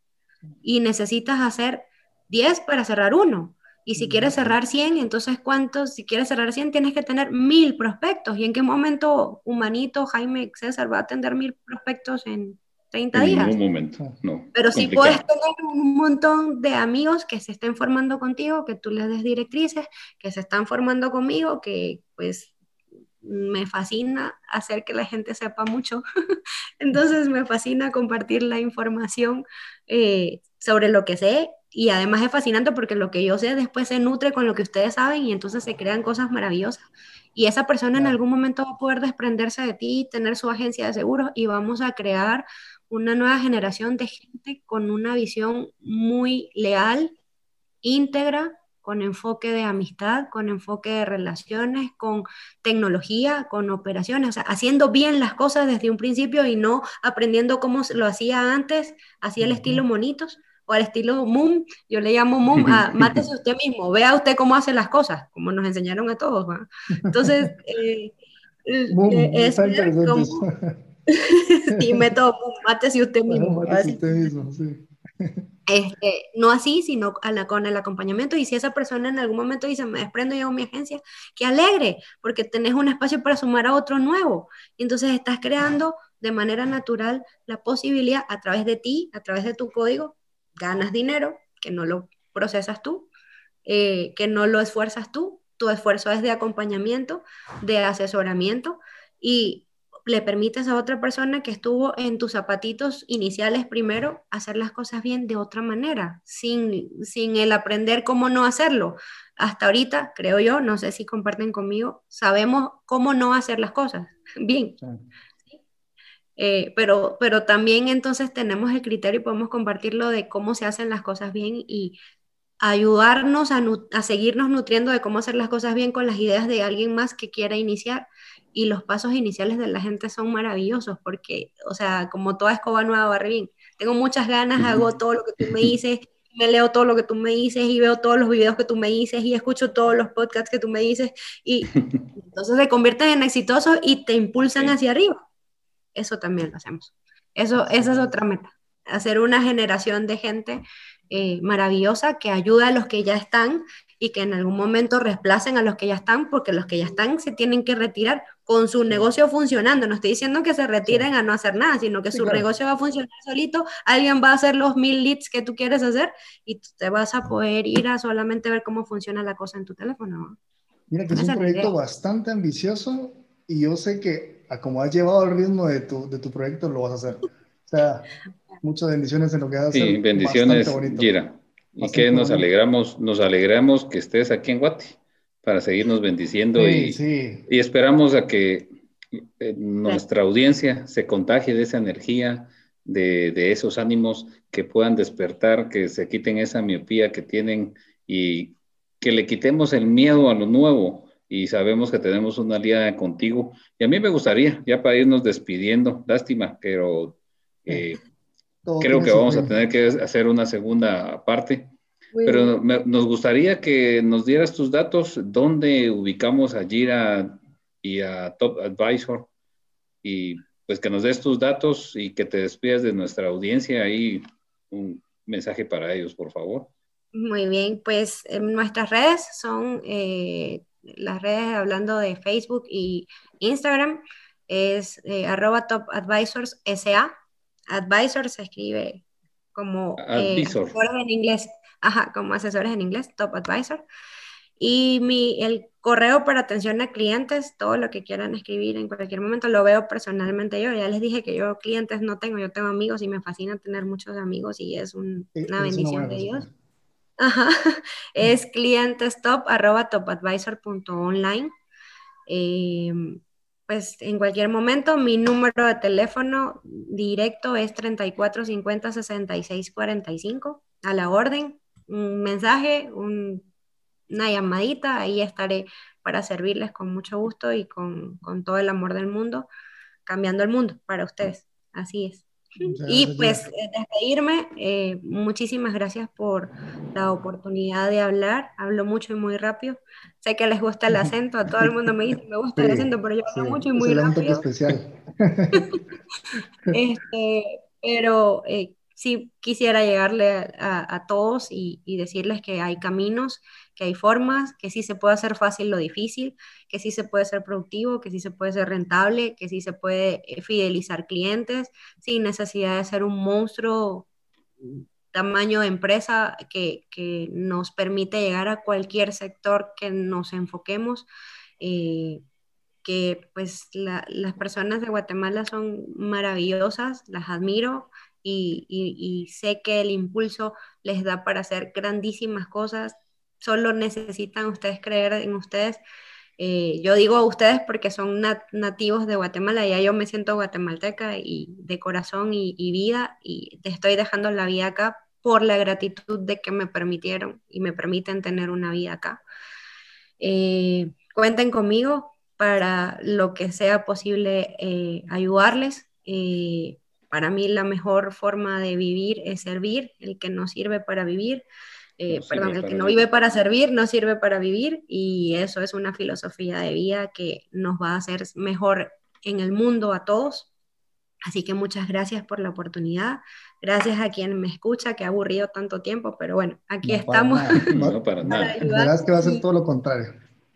y necesitas hacer diez para cerrar uno. Y si quieres cerrar cien, entonces ¿cuántos? Si quieres cerrar cien, tienes que tener mil prospectos. ¿Y en qué momento Humanito, Jaime, César va a atender mil prospectos en treinta en ningún días? momento, no, Pero sí puedes complicado. tener un montón de amigos que se estén formando contigo, que tú les des directrices, que se están formando conmigo, que pues me fascina hacer que la gente sepa mucho. Entonces me fascina compartir la información eh, sobre lo que sé y además es fascinante porque lo que yo sé después se nutre con lo que ustedes saben y entonces se crean cosas maravillosas. Y esa persona en Claro. algún momento va a poder desprenderse de ti, tener su agencia de seguros y vamos a crear una nueva generación de gente con una visión muy leal, íntegra, con enfoque de amistad, con enfoque de relaciones, con tecnología, con operaciones, o sea, haciendo bien las cosas desde un principio y no aprendiendo cómo lo hacía antes, hacía el estilo Ujú. monitos o al estilo Moom, yo le llamo Moom, a mátese usted mismo, vea usted cómo hace las cosas, como nos enseñaron a todos, ¿va? Entonces, eh, Boom, es está ver interesante eso. cómo, sí, método Moom, mátese usted Ajá, mismo, mátese así. usted mismo, sí. Este, no así, sino a la, con el acompañamiento. Y si esa persona en algún momento dice, me desprendo yo de mi agencia, qué alegre, porque tenés un espacio para sumar a otro nuevo. Y entonces estás creando de manera natural la posibilidad a través de ti, a través de tu código, ganas dinero, que no lo procesas tú, eh, que no lo esfuerzas tú. Tu esfuerzo es de acompañamiento, de asesoramiento y le permites a otra persona que estuvo en tus zapatitos iniciales primero hacer las cosas bien de otra manera, sin, sin el aprender cómo no hacerlo. Hasta ahorita, creo yo, no sé si comparten conmigo, sabemos cómo no hacer las cosas bien. Sí. ¿Sí? Eh, pero, pero también entonces tenemos el criterio y podemos compartirlo de cómo se hacen las cosas bien y ayudarnos a, a, seguirnos nutriendo de cómo hacer las cosas bien con las ideas de alguien más que quiera iniciar. Y los pasos iniciales de la gente son maravillosos porque, o sea, como toda escoba nueva barre bien. Tengo muchas ganas, hago todo lo que tú me dices, me leo todo lo que tú me dices y veo todos los videos que tú me dices y escucho todos los podcasts que tú me dices y entonces se convierten en exitosos y te impulsan Sí. hacia arriba. Eso también lo hacemos. Eso, esa es Excelente. otra meta, hacer una generación de gente eh, maravillosa que ayuda a los que ya están y que en algún momento reemplacen a los que ya están, porque los que ya están se tienen que retirar con su negocio funcionando. No estoy diciendo que se retiren Sí, a no hacer nada, sino que sí, su claro. negocio va a funcionar solito, alguien va a hacer los mil leads que tú quieres hacer y tú te vas a poder ir a solamente ver cómo funciona la cosa en tu teléfono. Mira que es un Esa es la idea. proyecto bastante ambicioso y yo sé que a como has llevado el ritmo de tu, de tu proyecto, lo vas a hacer. O sea, muchas bendiciones en lo que vas a Sí, hacer. Bastante bendiciones, bonito. Gira. Y que Bastante nos bonito. alegramos, nos alegramos que estés aquí en Guati para seguirnos bendiciendo Sí, y, sí. y esperamos a que eh, Gracias. nuestra audiencia se contagie de esa energía, de, de esos ánimos, que puedan despertar, que se quiten esa miopía que tienen y que le quitemos el miedo a lo nuevo. Y sabemos que tenemos una aliada contigo. Y a mí me gustaría, ya para irnos despidiendo, lástima, pero Sí. eh, Todo creo tiene que su vamos a fin. tener que hacer una segunda parte, Muy pero bien. me- nos gustaría que nos dieras tus datos, dónde ubicamos a Gira y a Top Advisor, y pues que nos des tus datos y que te despidas de nuestra audiencia. Ahí un mensaje para ellos, por favor. Muy bien, pues en nuestras redes son eh, las redes hablando de Facebook y Instagram, es eh, arroba top advisors S A. Advisor se escribe como eh, Advisor. asesores en inglés, ajá, como asesores en inglés, top advisor. Y mi, el correo para atención a clientes, todo lo que quieran escribir en cualquier momento, lo veo personalmente yo. Ya les dije que yo clientes no tengo, yo tengo amigos y me fascina tener muchos amigos y es un- Eh, una Es una bendición buena de cosa, Dios. sí. Ajá, es clientestop arroba topadvisor.online. Eh, pues en cualquier momento mi número de teléfono directo es treinta y cuatro cincuenta sesenta y seis cuarenta y cinco, a la orden, un mensaje, un- una llamadita, ahí estaré para servirles con mucho gusto y con, con todo el amor del mundo, cambiando el mundo para ustedes. Así es. Muchas Y gracias, pues Gira. eh, despedirme, eh, muchísimas gracias por la oportunidad de hablar. Hablo mucho y muy rápido. Sé que les gusta el acento, a todo el mundo me dice, me gusta el Sí, acento, pero yo sí. hablo mucho y Eso muy le da un toque rápido. especial. Este, pero eh, sí quisiera llegarle a, a- a todos y, y decirles que hay caminos, que hay formas, que sí se puede hacer fácil lo difícil, que sí se puede ser productivo, que sí se puede ser rentable, que sí se puede eh, fidelizar clientes sin necesidad de ser un monstruo tamaño de empresa que, que nos permite llegar a cualquier sector que nos enfoquemos. Eh, que pues la- las personas de Guatemala son maravillosas, las admiro y, y- y sé que el impulso les da para hacer grandísimas cosas. Solo necesitan ustedes creer en ustedes. Eh, yo digo a ustedes porque son nat- nativos de Guatemala, ya yo me siento guatemalteca y de corazón y, y vida y te estoy dejando la vida acá por la gratitud de que me permitieron y me permiten tener una vida acá. Eh, cuenten conmigo para lo que sea posible eh, ayudarles. Eh, para mí la mejor forma de vivir es servir, el que no sirve para vivir, No eh, sirve perdón, el que para no vivir. vive para servir no sirve para vivir y eso es una filosofía de vida que nos va a hacer mejor en el mundo a todos. Así que muchas gracias por la oportunidad. Gracias a quien me escucha, que ha aburrido tanto tiempo, pero bueno, aquí No, para estamos nada. No Va- para para nada. ayudar. Verás que va a ser Y todo lo contrario.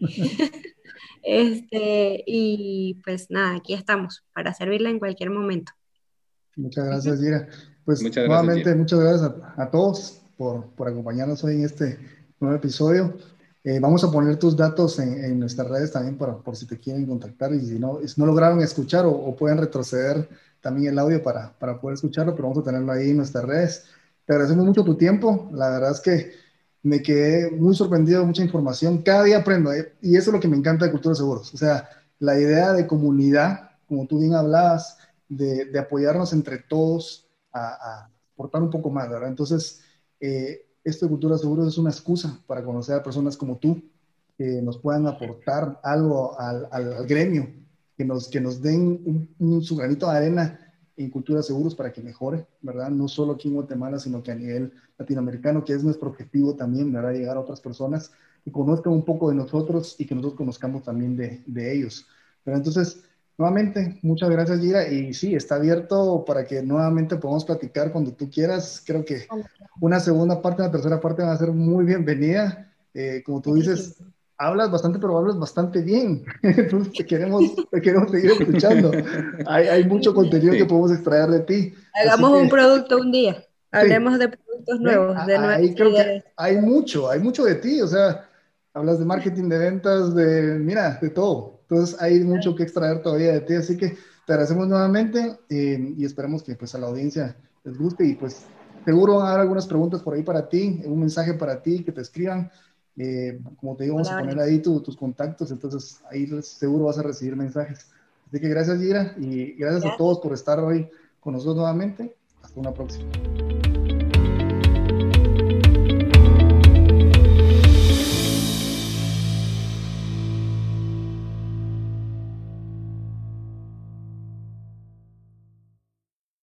este, y pues nada, aquí estamos para servirle en cualquier momento. Muchas Ujú. gracias, Gira. Pues Muchas gracias, nuevamente, Gira. muchas gracias a, a todos por, por acompañarnos hoy en este nuevo episodio. Eh, vamos a poner tus datos en, en nuestras redes también para, por si te quieren contactar y si no, si no lograron escuchar o, o pueden retroceder también el audio para, para poder escucharlo, pero vamos a tenerlo ahí en nuestras redes. Te agradecemos mucho tu tiempo. La verdad es que me quedé muy sorprendido de mucha información. Cada día aprendo, ¿eh? Y eso es lo que me encanta de Cultura de Seguros. O sea, la idea de comunidad, como tú bien hablabas, de, de apoyarnos entre todos a, a, aportar un poco más, ¿verdad? Entonces, eh, esto de Cultura de Seguros es una excusa para conocer a personas como tú que nos puedan aportar algo al, al, al gremio, que nos, que nos den un, un, su granito de arena en Cultura de Seguros para que mejore, ¿verdad? No solo aquí en Guatemala, sino que a nivel latinoamericano, que es nuestro objetivo también, ¿verdad? Llegar a otras personas que conozcan un poco de nosotros y que nosotros conozcamos también de, de ellos. Pero entonces, Nuevamente, muchas gracias, Gira. Y sí, está abierto para que nuevamente podamos platicar cuando tú quieras. Creo que una segunda parte, una tercera parte va a ser muy bienvenida. Eh, como tú Muchísimo. dices, hablas bastante, pero hablas bastante bien. Entonces te queremos, te queremos seguir escuchando. Hay, hay mucho contenido que Sí, podemos extraer de ti. Así Hagamos un que producto un día. sí, Hablemos de productos ven, nuevos, de a- nuevas ahí creo que ideas. hay mucho, hay mucho de ti. O sea, hablas de marketing, de ventas, de, mira, de todo. Entonces hay mucho que extraer todavía de ti. Así que te agradecemos nuevamente eh, y esperemos que pues a la audiencia les guste y pues seguro van a haber algunas preguntas por ahí para ti, un mensaje para ti, que te escriban. Eh, como te digo, vamos a poner Palabras. ahí tu- tus contactos, entonces ahí seguro vas a recibir mensajes. Así que gracias, Gira, y gracias a Gracias. todos por estar hoy con nosotros nuevamente. Hasta una próxima.